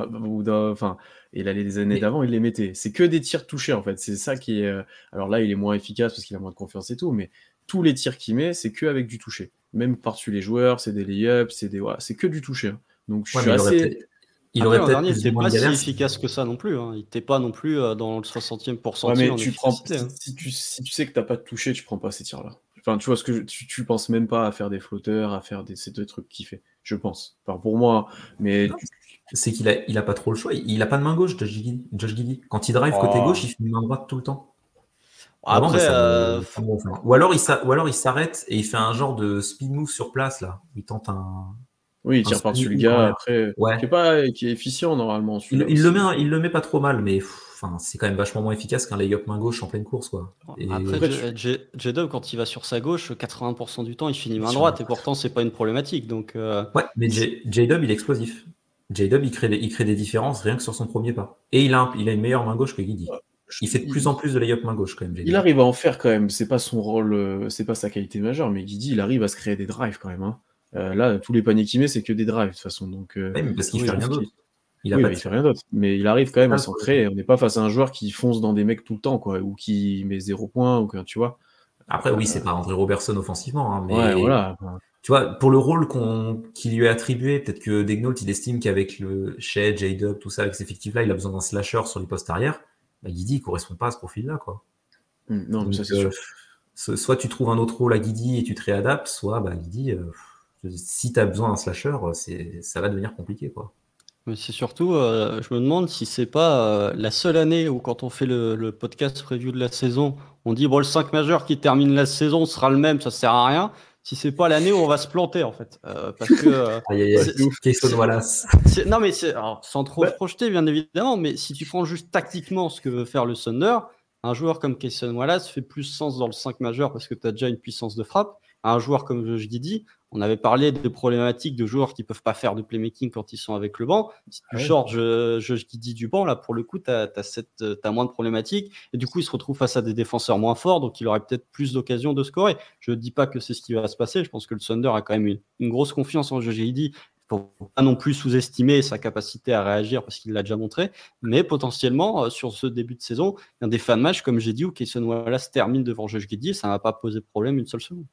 Enfin, et là, les années Mais- d'avant, il les mettait. C'est que des tirs touchés, en fait. C'est ça qui est. Alors là, il est moins efficace parce qu'il a moins de confiance et tout, mais tous les tirs qu'il met, c'est que avec du toucher. Même par-dessus les joueurs, c'est des lay-ups, voilà, c'est que du toucher. Hein. Donc je Ouais, suis mais assez. il Après, aurait l'an peut-être dernier, il plus ou n'était moins pas de si galère. efficace que ça non plus. Hein. Il n'était pas non plus dans le 60e Ouais, pourcentile mais en tu prends. efficacité. Hein. Si tu sais que t'as pas de toucher, tu prends pas ces tirs-là. Enfin, tu vois ce que tu penses même pas à faire des flotteurs, à faire ces deux trucs qu'il fait. Je pense. Enfin, pour moi, mais Non, c'est qu'il a pas trop le choix. Il a pas de main gauche, Josh Giddey. Quand il drive côté Oh. gauche, il fait une main droite tout le temps. Vraiment, Après, ça me gonfle. Ou alors il s'arrête et il fait un genre de speed move sur place là. Il tente oui, il un tire par-dessus le spinning gars, corner. après, Ouais. qui est efficient normalement, celui-là Il le aussi. met, il le met pas trop mal, mais enfin, c'est quand même vachement moins efficace qu'un layup main gauche en pleine course, quoi. Et après Après, J-Dub, quand il va sur sa gauche, 80% du temps, il finit main Sur- droite et pourtant, c'est pas une problématique. Donc, ouais, mais J-Dub, il est explosif. J-Dub, il crée des différences rien que sur son premier pas. Et il a une meilleure main gauche que Guidi. Il fait de plus en plus de layup main gauche quand même, il J-Dub. arrive à en faire quand même. C'est pas son rôle, c'est pas sa qualité majeure, mais Guidi, il arrive à se créer des drives quand même. Hein. Là, tous les paniers qu'il met, c'est que des drives de toute façon. Donc, Ouais, mais parce qu'il je fait trouve rien d'autre. Il a oui, pas bah, de il fait rien d'autre. Mais il arrive quand même à Ah, s'en créer. On n'est pas face à un joueur qui fonce dans des mecs tout le temps, quoi, ou qui met 0 points, ou que, tu vois. Après, oui, c'est pas André Robertson offensivement, hein, Ouais, mais voilà. tu vois, pour le rôle qui lui est attribué, peut-être que Degnault, il estime qu'avec le Shea, J-Dub, tout ça, avec ces effectifs-là, il a besoin d'un slasher sur les postes arrière. Bah, Guidi, il correspond pas à ce profil-là, quoi. Non, mais Donc, ça, c'est sûr. soit tu trouves un autre rôle à Guidi et tu te réadaptes, soit, bah, Guidi, si tu as besoin d'un slasher, ça va devenir compliqué, quoi. mais c'est surtout, je me demande si c'est pas la seule année où, quand on fait le podcast preview de la saison, on dit bon, le 5 majeur qui termine la saison sera le même, ça sert à rien. Si c'est pas l'année où on va se planter, en fait. Parce que. Aïe, aïe, aïe. c'est- c'est- Kayson Wallace. non, mais alors, sans trop Ouais. se projeter, bien évidemment, mais si tu prends juste tactiquement ce que veut faire le Thunder, un joueur comme Kayson Wallace fait plus sens dans le 5 majeur parce que tu as déjà une puissance de frappe. Un joueur comme Josh Giddey, on avait parlé de problématiques de joueurs qui peuvent pas faire de playmaking quand ils sont avec le banc. Si tu Ouais. sors Josh Giddey du banc, là, pour le coup, tu as moins de problématiques. Et du coup, il se retrouve face à des défenseurs moins forts, donc il aurait peut-être plus d'occasions de scorer. Je ne dis pas que c'est ce qui va se passer. Je pense que le Thunder a quand même une grosse confiance en Josh Giddey. Il ne faut pas non plus sous-estimer sa capacité à réagir parce qu'il l'a déjà montré. Mais potentiellement, sur ce début de saison, il y a des fins de match, comme j'ai dit, où Kayson Wallace termine devant Josh Giddey et ça ne va pas poser de problème une seule seconde.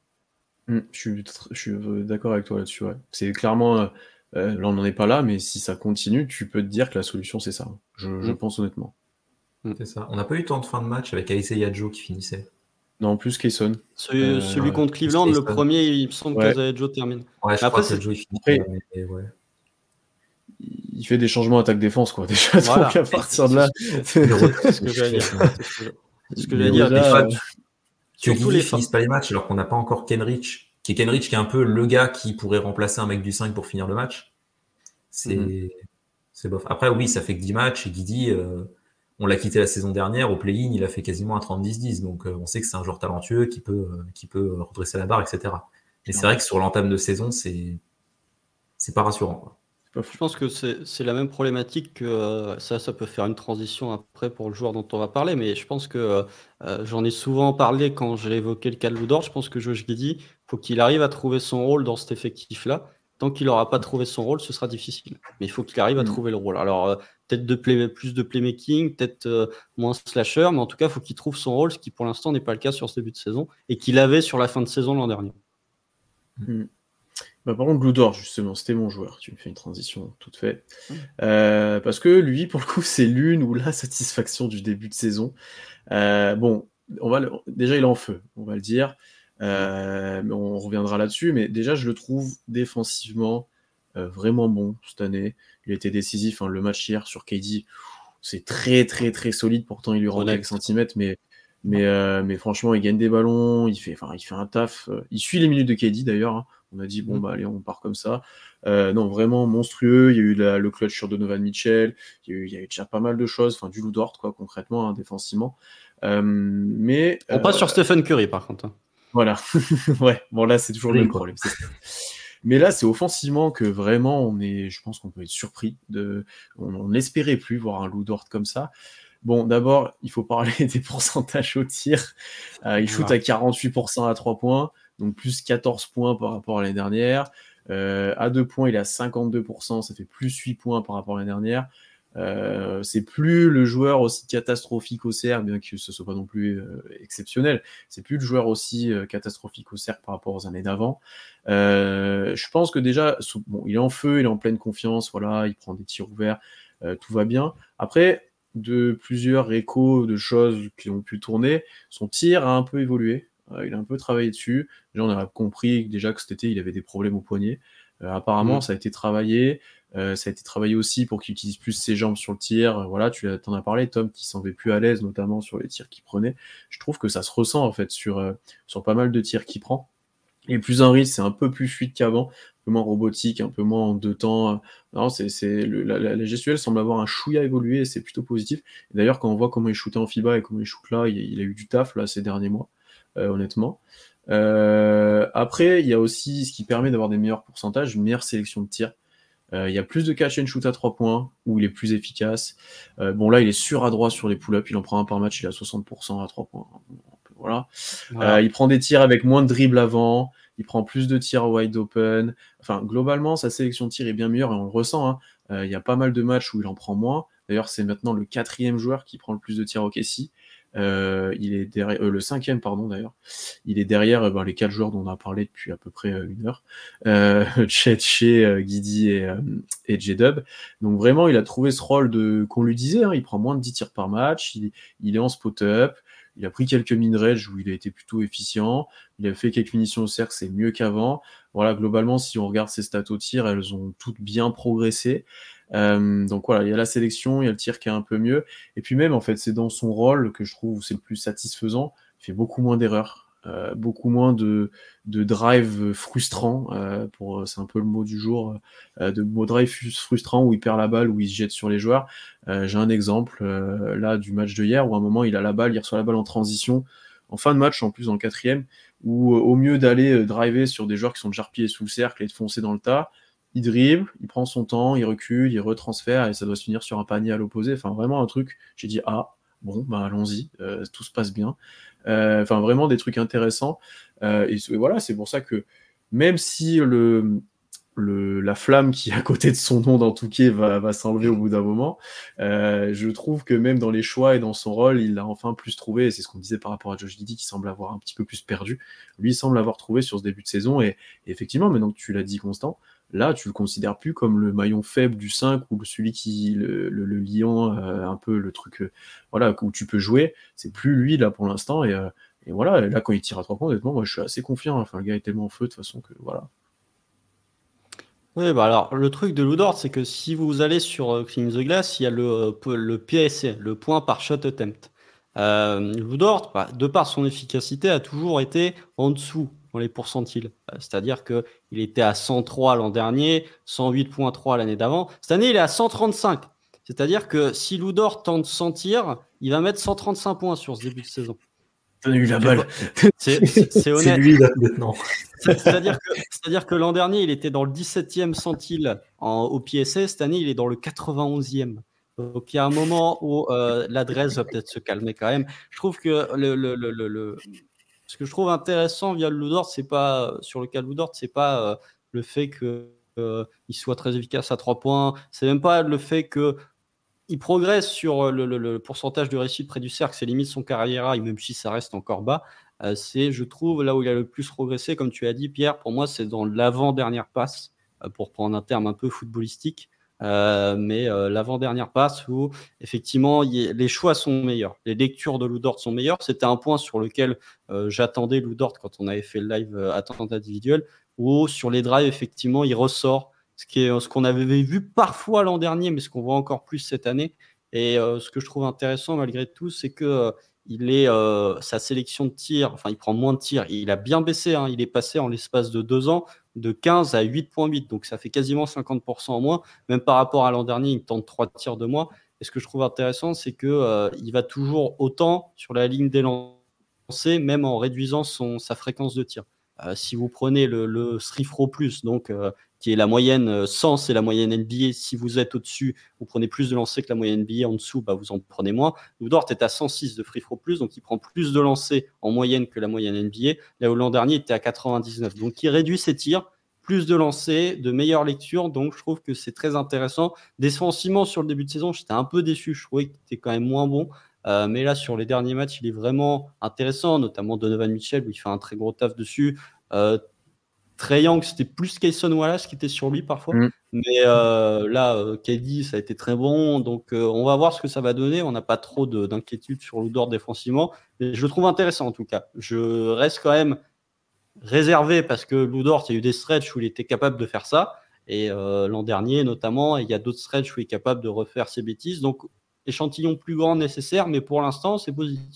Je suis d'accord avec toi là-dessus. Ouais. C'est clairement. Là, on n'en est pas là, mais si ça continue, tu peux te dire que la solution, c'est ça. Je pense honnêtement. C'est ça. On n'a pas eu tant de fin de match avec Aïssé Yadjo qui finissait. Non, en plus, Kayson. Celui contre Cleveland, Kayson. le premier, il me semble Ouais. que Joe termine. Ouais, je Après, crois que Yadjo, il finit. Après- mais ouais. Il fait des changements attaque-défense, quoi. Déjà, Voilà. donc à partir de là. C'est ce que j'allais dire. C'est ce que j'allais dire. Déjà, Des fois, Des- que surtout Guidi les finisse pas les matchs alors qu'on n'a pas encore Kenrich, qui est un peu le gars qui pourrait remplacer un mec du 5 pour finir le match. C'est bof. Après, oui, ça fait que 10 matchs et Guidi, on l'a quitté la saison dernière. Au play-in, il a fait quasiment un 30-10-10. Donc, on sait que c'est un joueur talentueux qui peut redresser la barre, etc. Mais c'est vrai que sur l'entame de saison, c'est pas rassurant, quoi. Je pense que c'est la même problématique que ça peut faire une transition après pour le joueur dont on va parler, mais je pense que j'en ai souvent parlé quand j'ai évoqué le cas de Lou Dort. Je pense que Josh Giddey, il faut qu'il arrive à trouver son rôle dans cet effectif-là. Tant qu'il n'aura pas trouvé son rôle, ce sera difficile. Mais il faut qu'il arrive à trouver le rôle. Alors, peut-être plus de playmaking, peut-être moins slasher, mais en tout cas, il faut qu'il trouve son rôle, ce qui pour l'instant n'est pas le cas sur ce début de saison, et qu'il avait sur la fin de saison l'an dernier. Bah, par contre, Lou Dort, justement, c'était mon joueur. Tu me fais une transition toute faite. Parce que lui, pour le coup, c'est l'une ou la satisfaction du début de saison. Bon, déjà, il est en feu, on va le dire. Mais on reviendra là-dessus. Mais déjà, je le trouve défensivement vraiment bon cette année. Il était décisif. Hein, le match hier sur KD, c'est très, très, très solide. Pourtant, il lui rend quelques centimètres. Mais franchement, il gagne des ballons. Il fait un taf. Il suit les minutes de KD, d'ailleurs. Hein. On a dit, bon, bah, allez, on part comme ça. Non, vraiment monstrueux. Il y a eu le clutch sur Donovan Mitchell. Il y a eu déjà pas mal de choses. Enfin, du Lou Dort, quoi, concrètement, hein, défensivement. Mais on passe sur Stephen Curry, par contre. Voilà. Ouais, bon, là, c'est toujours le même problème. Mais là, c'est offensivement que vraiment, je pense qu'on peut être surpris. On n'espérait plus voir un Lou Dort comme ça. Bon, d'abord, il faut parler des pourcentages au tir. Il shoot à 48% à 3 points, donc plus 14 points par rapport à l'année dernière. À 2 points, il est à 52%, ça fait plus 8 points par rapport à l'année dernière. C'est plus le joueur aussi catastrophique au cercle, bien que ce soit pas non plus exceptionnel. C'est plus le joueur aussi catastrophique au cercle par rapport aux années d'avant. Je pense que déjà, bon, il est en feu, il est en pleine confiance, voilà, il prend des tirs ouverts, tout va bien. Après, de plusieurs échos de choses qui ont pu tourner, son tir a un peu évolué. Il a un peu travaillé dessus. Déjà, on a compris déjà que cet été, il avait des problèmes au poignet. Apparemment, ça a été travaillé. Ça a été travaillé aussi pour qu'il utilise plus ses jambes sur le tir. Voilà, tu t'en as parlé, Tom, qui s'en semblait plus à l'aise, notamment sur les tirs qu'il prenait. Je trouve que ça se ressent en fait sur pas mal de tirs qu'il prend. Et plus un risque, c'est un peu plus fluide qu'avant, un peu moins robotique, un peu moins en 2 temps. Non, la gestuelle semble avoir un chouïa évolué et c'est plutôt positif. Et d'ailleurs, quand on voit comment il shootait en FIBA et comment il shoot là, il a eu du taf là ces derniers mois, honnêtement. Après, il y a aussi ce qui permet d'avoir des meilleurs pourcentages, une meilleure sélection de tirs. Il y a plus de catch and shoot à 3 points, où il est plus efficace. Bon, là, il est suradroit sur les pull-ups, il en prend un par match, il est à 60% à 3 points. Voilà. Il prend des tirs avec moins de dribble avant, il prend plus de tirs wide open. Enfin, globalement, sa sélection de tirs est bien meilleure et on le ressent. Hein. Il y a pas mal de matchs où il en prend moins. D'ailleurs, c'est maintenant le 4e joueur qui prend le plus de tirs au OKC. Il est derrière, le 5e, pardon, d'ailleurs. Il est derrière les 4 joueurs dont on a parlé depuis à peu près 1 heure. Chet, Shea, Giddey et J-Dub. Donc vraiment, il a trouvé ce rôle qu'on lui disait. Hein, il prend moins de 10 tirs par match. Il est en spot-up. Il a pris quelques mid-range où il a été plutôt efficient. Il a fait quelques finitions au cercle, c'est mieux qu'avant. Voilà, globalement, si on regarde ses stats au tir, elles ont toutes bien progressé. Donc voilà, il y a la sélection, il y a le tir qui est un peu mieux. Et puis même, en fait, c'est dans son rôle que je trouve où c'est le plus satisfaisant. Il fait beaucoup moins d'erreurs. Beaucoup moins de drive frustrant, c'est un peu le mot du jour, de drive frustrant où il perd la balle, où il se jette sur les joueurs. J'ai un exemple là du match de hier où à un moment il a la balle, il reçoit la balle en transition, en fin de match en plus dans le 4e, où au mieux d'aller driver sur des joueurs qui sont déjà repliés sous le cercle et de foncer dans le tas, il dribble, il prend son temps, il recule, il retransfère et ça doit se finir sur un panier à l'opposé. Enfin vraiment un truc, j'ai dit bon, bah allons-y, tout se passe bien. Enfin, vraiment des trucs intéressants. Et voilà, c'est pour ça que même si la flamme qui est à côté de son nom dans Touquet va s'enlever au bout d'un moment, je trouve que même dans les choix et dans son rôle, il l'a enfin plus trouvé. Et c'est ce qu'on disait par rapport à Josh Giddey qui semble avoir un petit peu plus perdu. Lui, il semble l'avoir trouvé sur ce début de saison. Et effectivement, maintenant que tu l'as dit, Constant, là, tu le considères plus comme le maillon faible du 5 ou celui qui, le lion, un peu le truc, voilà, où tu peux jouer. C'est plus lui, là, pour l'instant. Et voilà, là, quand il tire à 3 points, honnêtement, moi, je suis assez confiant. Enfin, le gars est tellement en feu, de toute façon, que voilà. Oui, bah alors, le truc de Lou Dort, c'est que si vous allez sur Clean the Glass, il y a le PSA, le point par shot attempt. Lou Dort, de par son efficacité, a toujours été en dessous dans les pourcentiles. C'est-à-dire qu'il était à 103 l'an dernier, 108.3 l'année d'avant. Cette année, il est à 135. C'est-à-dire que si Lou Dort tente 100 tirs, il va mettre 135 points sur ce début de saison. T'en as eu la balle. C'est honnête. C'est lui là maintenant. C'est-à-dire que l'an dernier, il était dans le 17e centile au PSA. Cette année, il est dans le 91e. Donc, il y a un moment où l'adresse va peut-être se calmer quand même. Je trouve que ce que je trouve intéressant via le Lou Dort, c'est pas sur le cas de Lou Dort, c'est pas le fait qu'il soit très efficace à 3 points. C'est même pas le fait que il progresse sur le pourcentage de réussite près du cercle, c'est limite son carrière, même si ça reste encore bas. C'est, je trouve, là où il a le plus progressé, comme tu as dit, Pierre, pour moi, c'est dans l'avant-dernière passe, pour prendre un terme un peu footballistique, mais l'avant-dernière passe où, effectivement, les choix sont meilleurs. Les lectures de Lou Dort sont meilleures. C'était un point sur lequel j'attendais Lou Dort quand on avait fait le live attente individuelle, où sur les drives, effectivement, il ressort ce qu'on avait vu parfois l'an dernier, mais ce qu'on voit encore plus cette année. Et ce que je trouve intéressant malgré tout, c'est que sa sélection de tirs, enfin il prend moins de tirs, il a bien baissé, il est passé en l'espace de 2 ans de 15 à 8.8, donc ça fait quasiment 50% en moins, même par rapport à l'an dernier, il tente 3 tirs de moins. Et ce que je trouve intéressant, c'est qu'il va toujours autant sur la ligne des lancers, même en réduisant sa fréquence de tir. Si vous prenez le Srifro Plus, donc qui est la moyenne 100, c'est la moyenne NBA. Si vous êtes au-dessus, vous prenez plus de lancers que la moyenne NBA. En dessous, vous en prenez moins. Lou Dort est à 106 de free throw plus, donc il prend plus de lancers en moyenne que la moyenne NBA. Là où l'an dernier, il était à 99. Donc il réduit ses tirs, plus de lancers, de meilleures lectures. Donc je trouve que c'est très intéressant. Défensivement, sur le début de saison, j'étais un peu déçu. Je trouvais qu'il était quand même moins bon. Mais là, sur les derniers matchs, il est vraiment intéressant, notamment Donovan Mitchell, où il fait un très gros taf dessus. Trae Young, c'était plus Cason Wallace qui était sur lui parfois. Mais là, KD, ça a été très bon. Donc, on va voir ce que ça va donner. On n'a pas trop d'inquiétude sur Lou Dort défensivement. Mais je le trouve intéressant, en tout cas. Je reste quand même réservé parce que Lou Dort, il y a eu des stretches où il était capable de faire ça. Et l'an dernier, notamment, il y a d'autres stretches où il est capable de refaire ses bêtises. Donc, échantillon plus grand nécessaire, mais pour l'instant, c'est positif.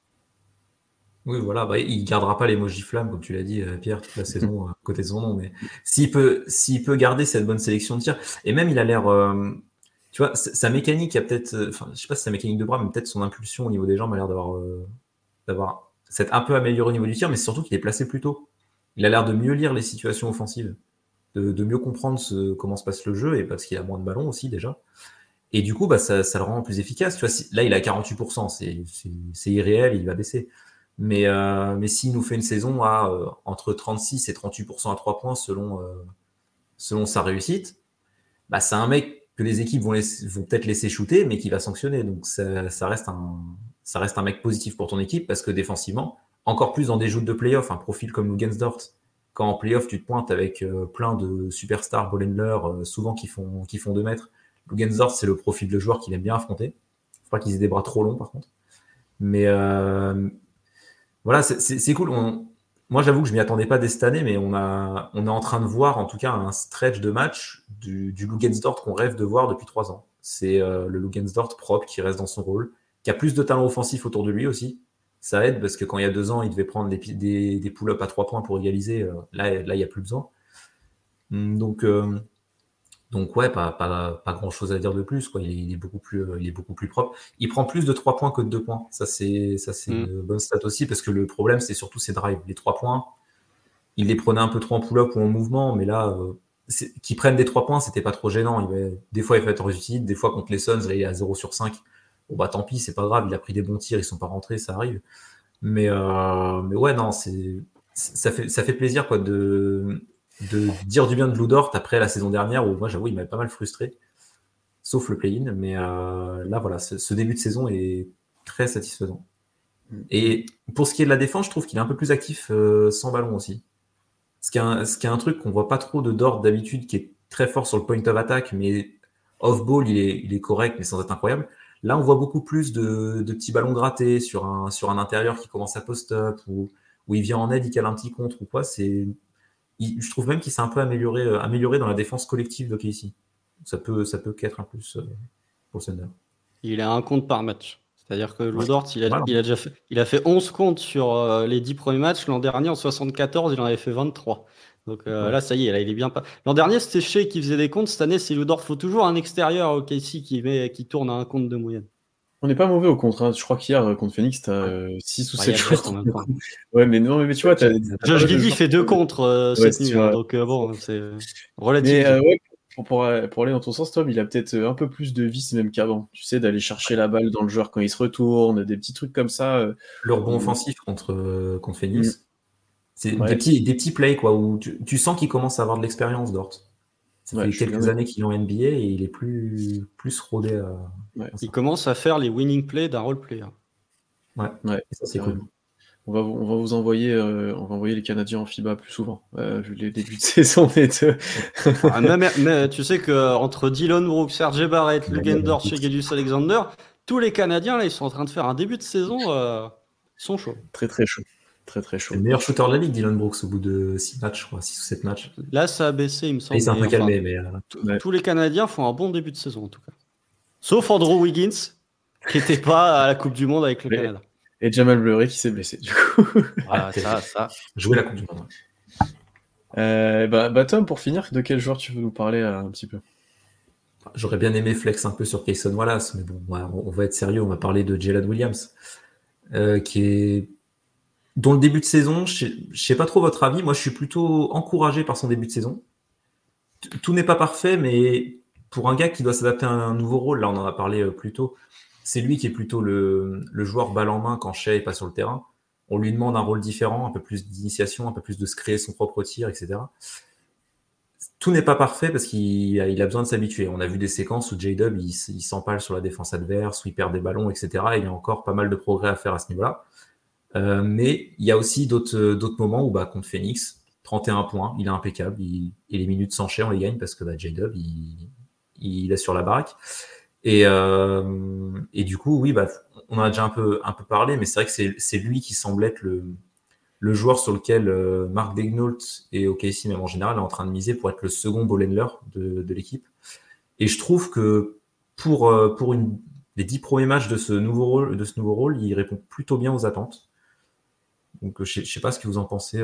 Oui, voilà, il gardera pas l'emoji flamme, comme tu l'as dit, Pierre, toute la saison, côté de son nom, mais s'il peut garder cette bonne sélection de tirs, et même il a l'air, tu vois, sa mécanique, il y a peut-être, je sais pas si sa mécanique de bras, mais peut-être son impulsion au niveau des jambes a l'air d'avoir s'être un peu amélioré au niveau du tir, mais c'est surtout qu'il est placé plus tôt. Il a l'air de mieux lire les situations offensives, de mieux comprendre comment se passe le jeu, et parce qu'il a moins de ballons aussi, déjà. Et du coup, ça le rend plus efficace. Tu vois, là, il a 48%, c'est irréel, il va baisser. Mais s'il nous fait une saison à entre 36 et 38% à 3 points selon sa réussite, c'est un mec que les équipes vont peut-être laisser shooter, mais qui va sanctionner. Donc ça reste un mec positif pour ton équipe parce que défensivement, encore plus dans des joutes de playoff, un profil comme Lugensdort, quand en playoff tu te pointes avec plein de superstars ball handlers, souvent qui font 2 mètres. Lugensdort, c'est le profil de joueur qu'il aime bien affronter. Faut pas qu'ils aient des bras trop longs par contre. Mais voilà, c'est cool. Moi, j'avoue que je m'y attendais pas dès cette année, mais on est en train de voir, en tout cas, un stretch de match du Lugensdort qu'on rêve de voir depuis 3 ans. C'est le Lugensdort propre qui reste dans son rôle, qui a plus de talent offensif autour de lui aussi. Ça aide parce que quand il y a 2 ans, il devait prendre des pull-ups à 3 points pour égaliser. Là, il n'y a plus besoin. Donc ouais, pas grand chose à dire de plus, quoi. Il est beaucoup plus propre. Il prend plus de 3 points que de 2 points. Ça c'est une bonne stat aussi, parce que le problème, c'est surtout ses drives. Les 3 points, il les prenait un peu trop en pull-up ou en mouvement, mais là, qu'ils prennent des 3 points, c'était pas trop gênant. Des fois, il fait être utile, des fois contre les Suns, là, il est à 0/5. Bon tant pis, c'est pas grave, il a pris des bons tirs, ils sont pas rentrés, ça arrive. Mais ouais, non, ça fait plaisir, quoi, de dire du bien de Lou Dort après la saison dernière où moi j'avoue il m'avait pas mal frustré, sauf le play-in, mais là voilà, ce début de saison est très satisfaisant. Et pour ce qui est de la défense, je trouve qu'il est un peu plus actif sans ballon aussi, ce qui est un truc qu'on voit pas trop de Dort d'habitude, qui est très fort sur le point of attack, mais off-ball il est correct mais sans être incroyable. Là on voit beaucoup plus de petits ballons grattés sur un intérieur qui commence à post-up, ou il vient en aide, il cale un petit contre ou quoi. Je trouve même qu'il s'est un peu amélioré dans la défense collective de KC. Ça peut qu'être un plus pour le Thunder. Il a un compte par match. C'est-à-dire que Lou Dort, il a fait 11 comptes sur les 10 premiers matchs. L'an dernier, en 74, il en avait fait 23. Donc là, ça y est, là, il est bien pas. L'an dernier, c'était Shea qui faisait des comptes. Cette année, c'est Lou Dort. Il faut toujours un extérieur au KC qui tourne à un compte de moyenne. On n'est pas mauvais au contre. Hein. Je crois qu'hier, contre Phoenix, tu as 6 ou 7 choses. Ouais, mais non, mais tu vois, Josh Giddey fait 2 contre cette nuit. Donc bon, c'est relatif. Mais ouais, pour aller dans ton sens, Tom, il a peut-être un peu plus de vis même qu'avant. Tu sais, d'aller chercher la balle dans le joueur quand il se retourne, des petits trucs comme ça. Le rebond offensif contre Phoenix. C'est des petits plays, quoi, où tu sens qu'il commence à avoir de l'expérience, Dort. Ça fait quelques années qu'il est en NBA et il est plus rodé. Il commence à faire les winning plays d'un role player. Ouais, ça c'est cool. On va vous envoyer, les Canadiens en FIBA plus souvent, vu les débuts de saison des deux. Mais tu sais qu'entre Dillon Brooks, Serge Barrett, Lugensdort, Shai Gilgeous-Alexander, tous les Canadiens là, ils sont en train de faire un début de saison, ils sont chauds. Très très chaud. Très très chaud. C'est le meilleur shooter de la ligue, Dillon Brooks, au bout de 6 matchs, je crois, 6 ou 7 matchs. Là, ça a baissé, il me semble. Il s'est un peu calmé, mais. Tous les Canadiens font un bon début de saison, en tout cas. Sauf Andrew Wiggins, qui n'était pas à la Coupe du Monde avec le Canada. Et Jamal Murray qui s'est blessé, du coup. Voilà, ça. Jouer la Coupe du Monde. Tom, pour finir, de quel joueur tu veux nous parler un petit peu? J'aurais bien aimé flex un peu sur Cason Wallace, mais bon, on va être sérieux, on va parler de Jalen Williams, dont le début de saison, je sais pas trop votre avis, moi je suis plutôt encouragé par son début de saison, tout n'est pas parfait, mais pour un gars qui doit s'adapter à un nouveau rôle, là on en a parlé plus tôt, c'est lui qui est plutôt le joueur balle en main quand Shai est pas sur le terrain. On lui demande un rôle différent, un peu plus d'initiation, un peu plus de se créer son propre tir, etc. Tout n'est pas parfait parce qu'il a besoin de s'habituer. On a vu des séquences où J-Dub il s'empale sur la défense adverse, où il perd des ballons, etc. Et il y a encore pas mal de progrès à faire à ce niveau-là. Mais il y a aussi d'autres moments où contre Phoenix, 31 points, il est impeccable, et les minutes s'enchaînent, on les gagne parce que J-Dub il est sur la baraque. Et du coup, oui, on en a déjà un peu parlé, mais c'est vrai que c'est lui qui semble être le joueur sur lequel Mark Daigneault et OKC même en général est en train de miser pour être le second ball handler de l'équipe. Et je trouve que pour les 10 premiers matchs de ce nouveau rôle, il répond plutôt bien aux attentes. Donc je sais pas ce que vous en pensez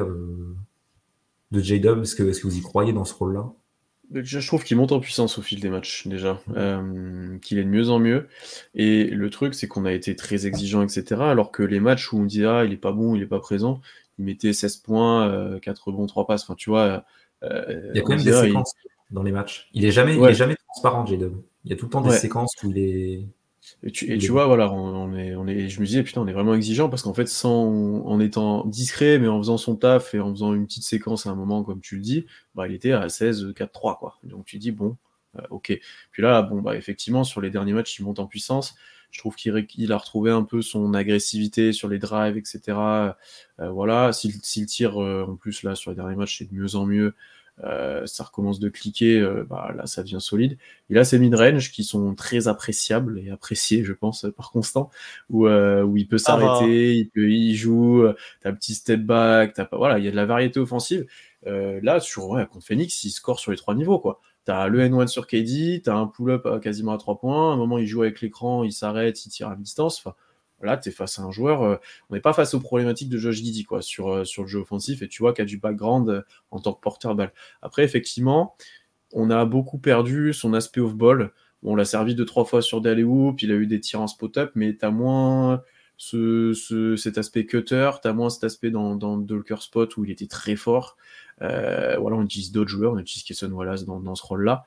de J-Dub, est-ce que vous y croyez dans ce rôle-là? Je trouve qu'il monte en puissance au fil des matchs, déjà, qu'il est de mieux en mieux. Et le truc, c'est qu'on a été très exigeant, etc. Alors que les matchs où on dit « Ah, il est pas bon, il est pas présent », il mettait 16 points, 4 rebonds, 3 passes. Enfin, tu vois, il y a quand même des séquences dans les matchs. Il est jamais transparent, J-Dub. Il y a tout le temps des séquences où il est... Et tu vois, voilà, je me disais, putain, on est vraiment exigeant parce qu'en fait, en étant discret, mais en faisant son taf et en faisant une petite séquence à un moment, comme tu le dis, il était à 16, 4-3, quoi. Donc tu dis, bon, ok. Puis là, effectivement, sur les derniers matchs, il monte en puissance. Je trouve qu'il a retrouvé un peu son agressivité sur les drives, etc. Voilà, s'il tire, en plus, là, sur les derniers matchs, c'est de mieux en mieux. Ça recommence de cliquer, là ça devient solide. Il a ses mid-range qui sont très appréciables et appréciés, je pense, par Constant, où il peut s'arrêter, il joue, t'as un petit step back, voilà, il y a de la variété offensive. Là, contre Phoenix, il score sur les 3 niveaux, quoi. T'as le N1 sur KD, t'as un pull-up quasiment à 3 points, à un moment il joue avec l'écran, il s'arrête, il tire à distance, enfin. Là, tu es face à un joueur, on n'est pas face aux problématiques de Josh Giddey, quoi, sur le jeu offensif, et tu vois qu'il y a du background en tant que porteur de balle. Après, effectivement, on a beaucoup perdu son aspect off-ball. On l'a servi 2-3 fois sur des alley-oop, il a eu des tirs en spot-up, mais tu as moins cet aspect cutter, tu as moins cet aspect dans Dulker spot où il était très fort. Voilà, on utilise d'autres joueurs, on utilise Cason Wallace dans ce rôle-là.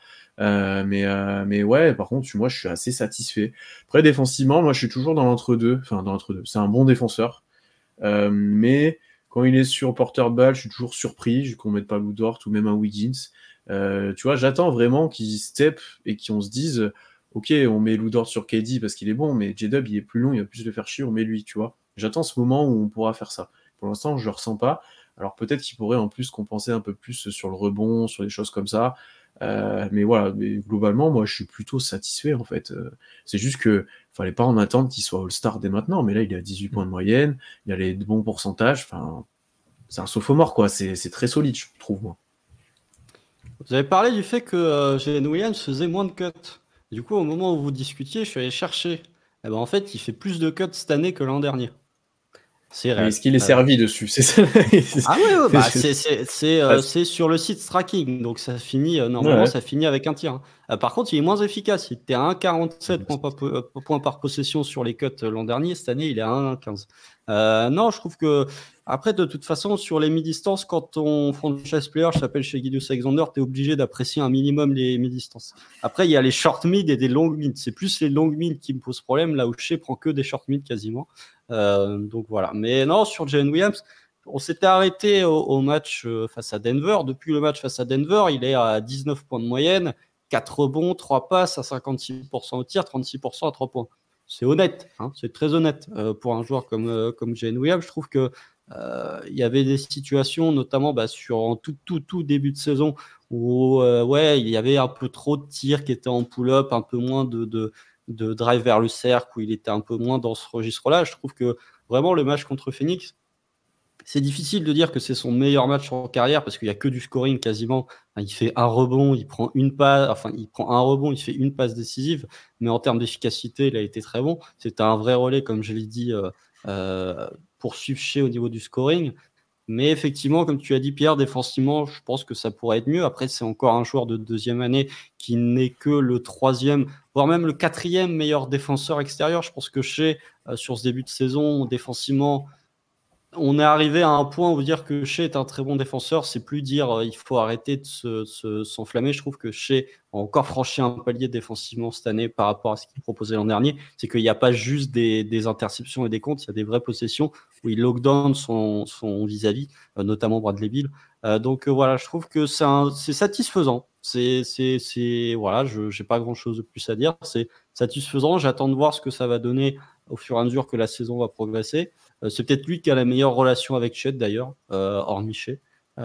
Mais ouais, par contre, moi, je suis assez satisfait. Après, défensivement, moi, je suis toujours dans l'entre-deux. Enfin, dans l'entre-deux. C'est un bon défenseur. Mais quand il est sur porteur de balle, je suis toujours surpris qu'on ne mette pas Lou Dort ou même un Wiggins. Tu vois, j'attends vraiment qu'ils step et qu'on se dise ok, on met Lou Dort sur KD parce qu'il est bon, mais J-Dub, il est plus long, il va plus le faire chier, on met lui, tu vois. J'attends ce moment où on pourra faire ça. Pour l'instant, je le ressens pas. Alors peut-être qu'il pourrait en plus compenser un peu plus sur le rebond, sur des choses comme ça. Mais voilà, mais globalement, moi, je suis plutôt satisfait, en fait. C'est juste que fallait pas en attendre qu'il soit All-Star dès maintenant. Mais là, il est à 18 points de moyenne, il a les bons pourcentages. Enfin, c'est un sophomore, quoi. C'est très solide, je trouve, moi. Vous avez parlé du fait que Jalen Williams faisait moins de cuts. Du coup, au moment où vous discutiez, je suis allé chercher. Et en fait, il fait plus de cuts cette année que l'an dernier. C'est réel. Est-ce qu'il est servi dessus? C'est ça. Ah oui, c'est sur le site tracking, donc ça finit normalement ça finit avec un tir. Par contre, il est moins efficace. Il était à 1,47 points par possession sur les cuts l'an dernier. Cette année, il est à 1,15. Non, je trouve que après, de toute façon, sur les mi-distances, quand ton franchise player s'appelle chez Gilgeous Alexander, tu es obligé d'apprécier un minimum les mi-distances. Après, il y a les short mid et des long mid. C'est plus les long mid qui me posent problème, là où Shea prend que des short mid quasiment. Donc voilà. Mais non, sur Jalen Williams, on s'était arrêté au match face à Denver. Depuis le match face à Denver, il est à 19 points de moyenne, 4 rebonds, 3 passes à 56% au tir, 36% à 3 points. C'est honnête, hein, c'est très honnête pour un joueur comme Jalen Williams. Je trouve que il y avait des situations, notamment en tout début de saison, où il y avait un peu trop de tirs qui étaient en pull-up, un peu moins de drive vers le cercle, où il était un peu moins dans ce registre-là. Je trouve que vraiment le match contre Phoenix, c'est difficile de dire que c'est son meilleur match en carrière parce qu'il n'y a que du scoring quasiment. Il fait un rebond, il prend un rebond, il fait une passe décisive, mais en termes d'efficacité, il a été très bon. C'était un vrai relais, comme je l'ai dit, pour suivre Shea au niveau du scoring. Mais effectivement, comme tu as dit, Pierre, défensivement, je pense que ça pourrait être mieux. Après, c'est encore un joueur de deuxième année qui n'est que le 3e, voire même le 4e meilleur défenseur extérieur. Je pense que Shea, sur ce début de saison, défensivement, on est arrivé à un point où dire que Shea est un très bon défenseur, c'est plus dire il faut arrêter de s'enflammer. Je trouve que Shea a encore franchi un palier défensivement cette année par rapport à ce qu'il proposait l'an dernier. C'est qu'il n'y a pas juste des interceptions et des comptes, il y a des vraies possessions où il lockdown son vis-à-vis, notamment Bradley Beal. Donc voilà, je trouve que c'est satisfaisant. Voilà, je n'ai pas grand-chose de plus à dire. C'est satisfaisant. J'attends de voir ce que ça va donner au fur et à mesure que la saison va progresser. C'est peut-être lui qui a la meilleure relation avec Chet d'ailleurs, hormis Shea.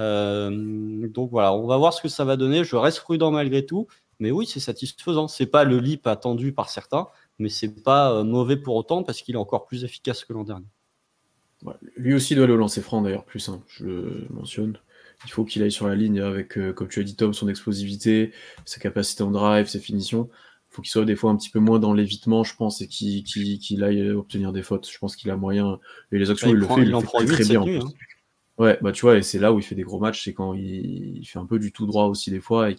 Donc voilà, on va voir ce que ça va donner. Je reste prudent malgré tout, mais oui, c'est satisfaisant. C'est pas le leap attendu par certains, mais c'est pas mauvais pour autant parce qu'il est encore plus efficace que l'an dernier. Ouais, lui aussi doit le lancer franc d'ailleurs, plus je le mentionne. Il faut qu'il aille sur la ligne avec, comme tu as dit Tom, son explosivité, sa capacité en drive, ses finitions. Il faut qu'il soit des fois un petit peu moins dans l'évitement, je pense, et qu'il aille obtenir des fautes. Je pense qu'il a moyen. Et les actions, il le fait très bien. Nuit, hein. Ouais, bah tu vois, et c'est là où il fait des gros matchs, c'est quand il fait un peu du tout droit aussi des fois, et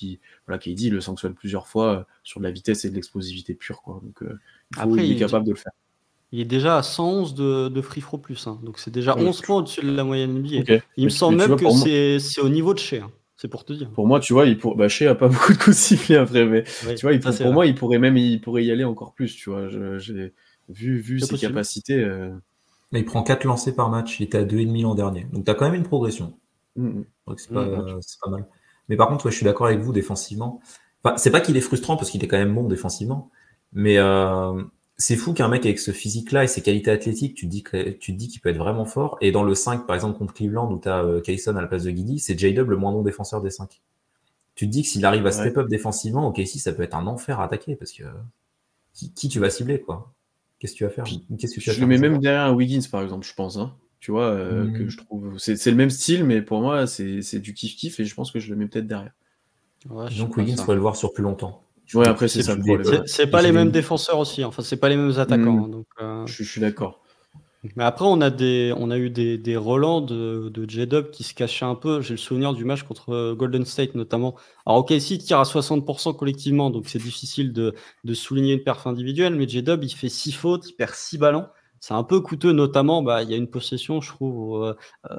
KD le sanctionne plusieurs fois sur de la vitesse et de l'explosivité pure, quoi. Donc il est capable de le faire. Il est déjà à 111 de free throw plus, hein. Donc c'est déjà 11 points au-dessus de la moyenne NBA. Okay. Il me semble même que c'est au niveau de Shea, hein. C'est pour te dire. Pour moi, tu vois, Shea a pas beaucoup de coups de sifflet après, mais oui, tu vois, pour moi, il pourrait y aller encore plus, tu vois. J'ai vu ses capacités. Il prend 4 lancers par match, il était à 2,5 l'an dernier. Donc tu as quand même une progression. Donc c'est pas mal. Mais par contre, je suis d'accord avec vous défensivement. Enfin, c'est pas qu'il est frustrant parce qu'il est quand même bon défensivement, mais c'est fou qu'un mec avec ce physique-là et ses qualités athlétiques, tu te dis qu'il peut être vraiment fort. Et dans le 5, par exemple, contre Cleveland, où tu as Kayson à la place de Giddey, c'est J-Dub le moins bon défenseur des 5. Tu te dis que s'il arrive à step up défensivement, ok, si ça peut être un enfer à attaquer, parce que qui tu vas cibler, quoi? Qu'est-ce que tu vas faire? Je le mets même derrière un Wiggins, par exemple, je pense. Hein. Tu vois, que je trouve. C'est le même style, mais pour moi, c'est du kiff-kiff et je pense que je le mets peut-être derrière. Ouais, donc Wiggins, il faudrait le voir sur plus longtemps. Ouais, après, c'est ça le problème. C'est pas les mêmes défenseurs aussi, enfin, c'est pas les mêmes attaquants. Hein, donc, je suis d'accord. Mais après, on a eu des relents de J-Dub qui se cachaient un peu. J'ai le souvenir du match contre Golden State notamment. Alors, OKC tire à 60% collectivement, donc c'est difficile de souligner une perf individuelle, mais J-Dub, il fait 6 fautes, il perd 6 ballons. C'est un peu coûteux, notamment, il y a une possession, je trouve,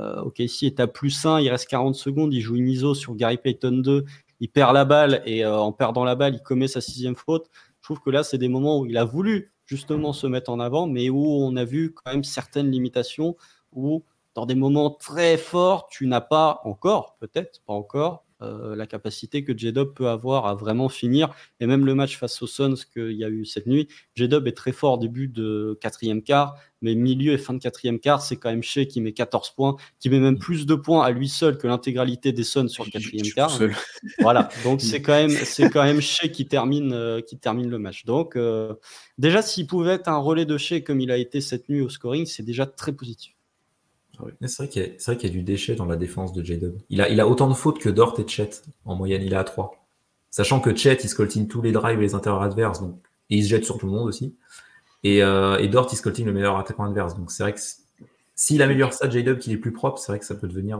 OKC est à +1, il reste 40 secondes, il joue une ISO sur Gary Payton 2, il perd la balle et en perdant la balle, il commet sa 6e faute. Je trouve que là, c'est des moments où il a voulu justement se mettre en avant, mais où on a vu quand même certaines limitations, où dans des moments très forts, tu n'as pas encore, peut-être pas encore, la capacité que J-Dub peut avoir à vraiment finir. Et même le match face aux Suns qu'il y a eu cette nuit, J-Dub est très fort début de 4e quart, mais milieu et fin de 4e quart, c'est quand même Shea qui met 14 points, qui met même plus de points à lui seul que l'intégralité des Suns sur le 4e quart. Voilà, donc c'est quand même Shea qui termine le match. Donc déjà, s'il pouvait être un relais de Shea comme il a été cette nuit au scoring, c'est déjà très positif. Ouais. C'est vrai qu'il y a du déchet dans la défense de J-Dub. Il a autant de fautes que Dort et Chet. En moyenne, il est à 3. Sachant que Chet, il scoltine tous les drives et les intérieurs adverses, donc, et il se jette sur tout le monde aussi. Et Dort, il scoltine le meilleur attaquant adverse. Donc c'est vrai que s'il améliore ça, J-Dub, qu'il est plus propre, c'est vrai que ça peut devenir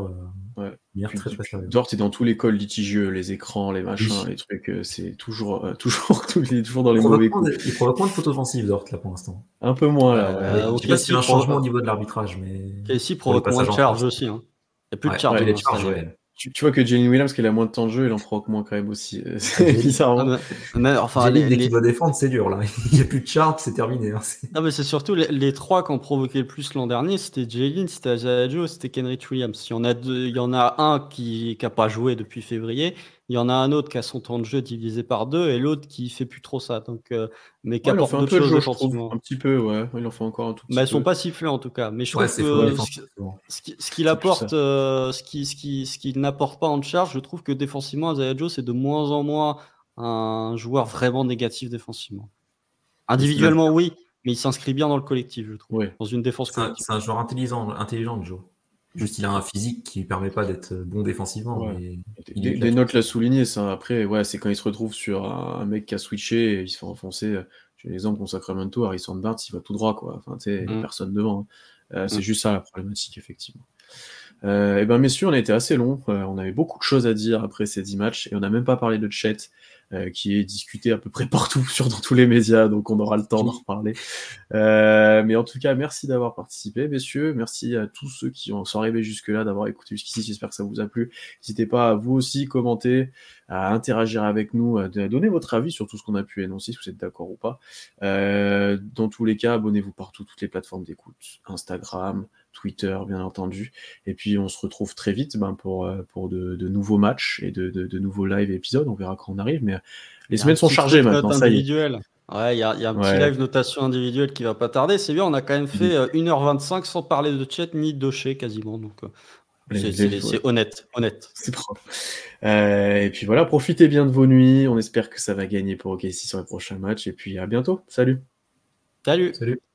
très très sérieux. Dort est dans tous les calls litigieux, les écrans, les machins, les trucs, c'est toujours dans les mauvais coups. Il provoque moins de fautes offensives, Dort, là, pour l'instant. Un peu moins, là. Je sais pas s'il y a un changement au niveau de l'arbitrage, mais... KC provoque moins de charge aussi, hein. Il n'y a plus de charge. Les charges, ouais. Tu vois que Jalen Williams, qui a moins de temps de jeu, il en provoque moins quand même aussi. C'est bizarre. Dès qu'il doit défendre, c'est dur, là. Il n'y a plus de charge, c'est terminé. Hein. Non, mais c'est surtout les trois qui ont provoqué le plus l'an dernier, c'était Jalen, c'était Isaiah Joe, c'était Kenrich Williams. Il y en a un qui n'a pas joué depuis février, il y en a un autre qui a son temps de jeu divisé par 2 et l'autre qui fait plus trop ça. Donc, mais qui apporte d'autres choses offensivement. Un petit peu, ouais. Il en fait encore un tout petit peu. Ils sont pas sifflés en tout cas. Mais je trouve que ce qu'il apporte, ce qu'il n'apporte pas en charge, je trouve que défensivement, Isaiah Joe, c'est de moins en moins un joueur vraiment négatif défensivement. Individuellement, oui, mais il s'inscrit bien dans le collectif, je trouve. Dans une défense collective. C'est un joueur intelligent, Joe. Juste, il a un physique qui lui permet pas d'être bon défensivement. Ouais. Des notes l'a souligné, ça. Après, c'est quand il se retrouve sur un mec qui a switché et il se fait enfoncer. J'ai l'exemple contre Sacramento, Harrison Barnes, il va tout droit, quoi. Enfin, il n'y a personne devant. C'est juste ça la problématique, effectivement. Messieurs, on a été assez long. On avait beaucoup de choses à dire après ces 10 matchs et on n'a même pas parlé de Chet. qui est discuté à peu près partout, dans tous les médias, donc on aura le temps d'en reparler. Mais en tout cas, merci d'avoir participé, messieurs. Merci à tous ceux qui sont arrivés jusque-là, d'avoir écouté jusqu'ici. J'espère que ça vous a plu. N'hésitez pas à vous aussi commenter, à interagir avec nous, à donner votre avis sur tout ce qu'on a pu énoncer, si vous êtes d'accord ou pas. Dans tous les cas, abonnez-vous partout, toutes les plateformes d'écoute, Instagram, Twitter, bien entendu. Et puis, on se retrouve très vite pour de nouveaux matchs et de nouveaux live épisodes. On verra quand on arrive, mais les semaines sont chargées maintenant, ça y est. Ouais, il y a un petit live notation individuelle qui va pas tarder. C'est bien, on a quand même fait 1h25 sans parler de chat ni de dossier quasiment. Donc, c'est honnête. C'est propre. Et puis voilà, profitez bien de vos nuits. On espère que ça va gagner pour OKC sur les prochains matchs. Et puis à bientôt. Salut. Salut.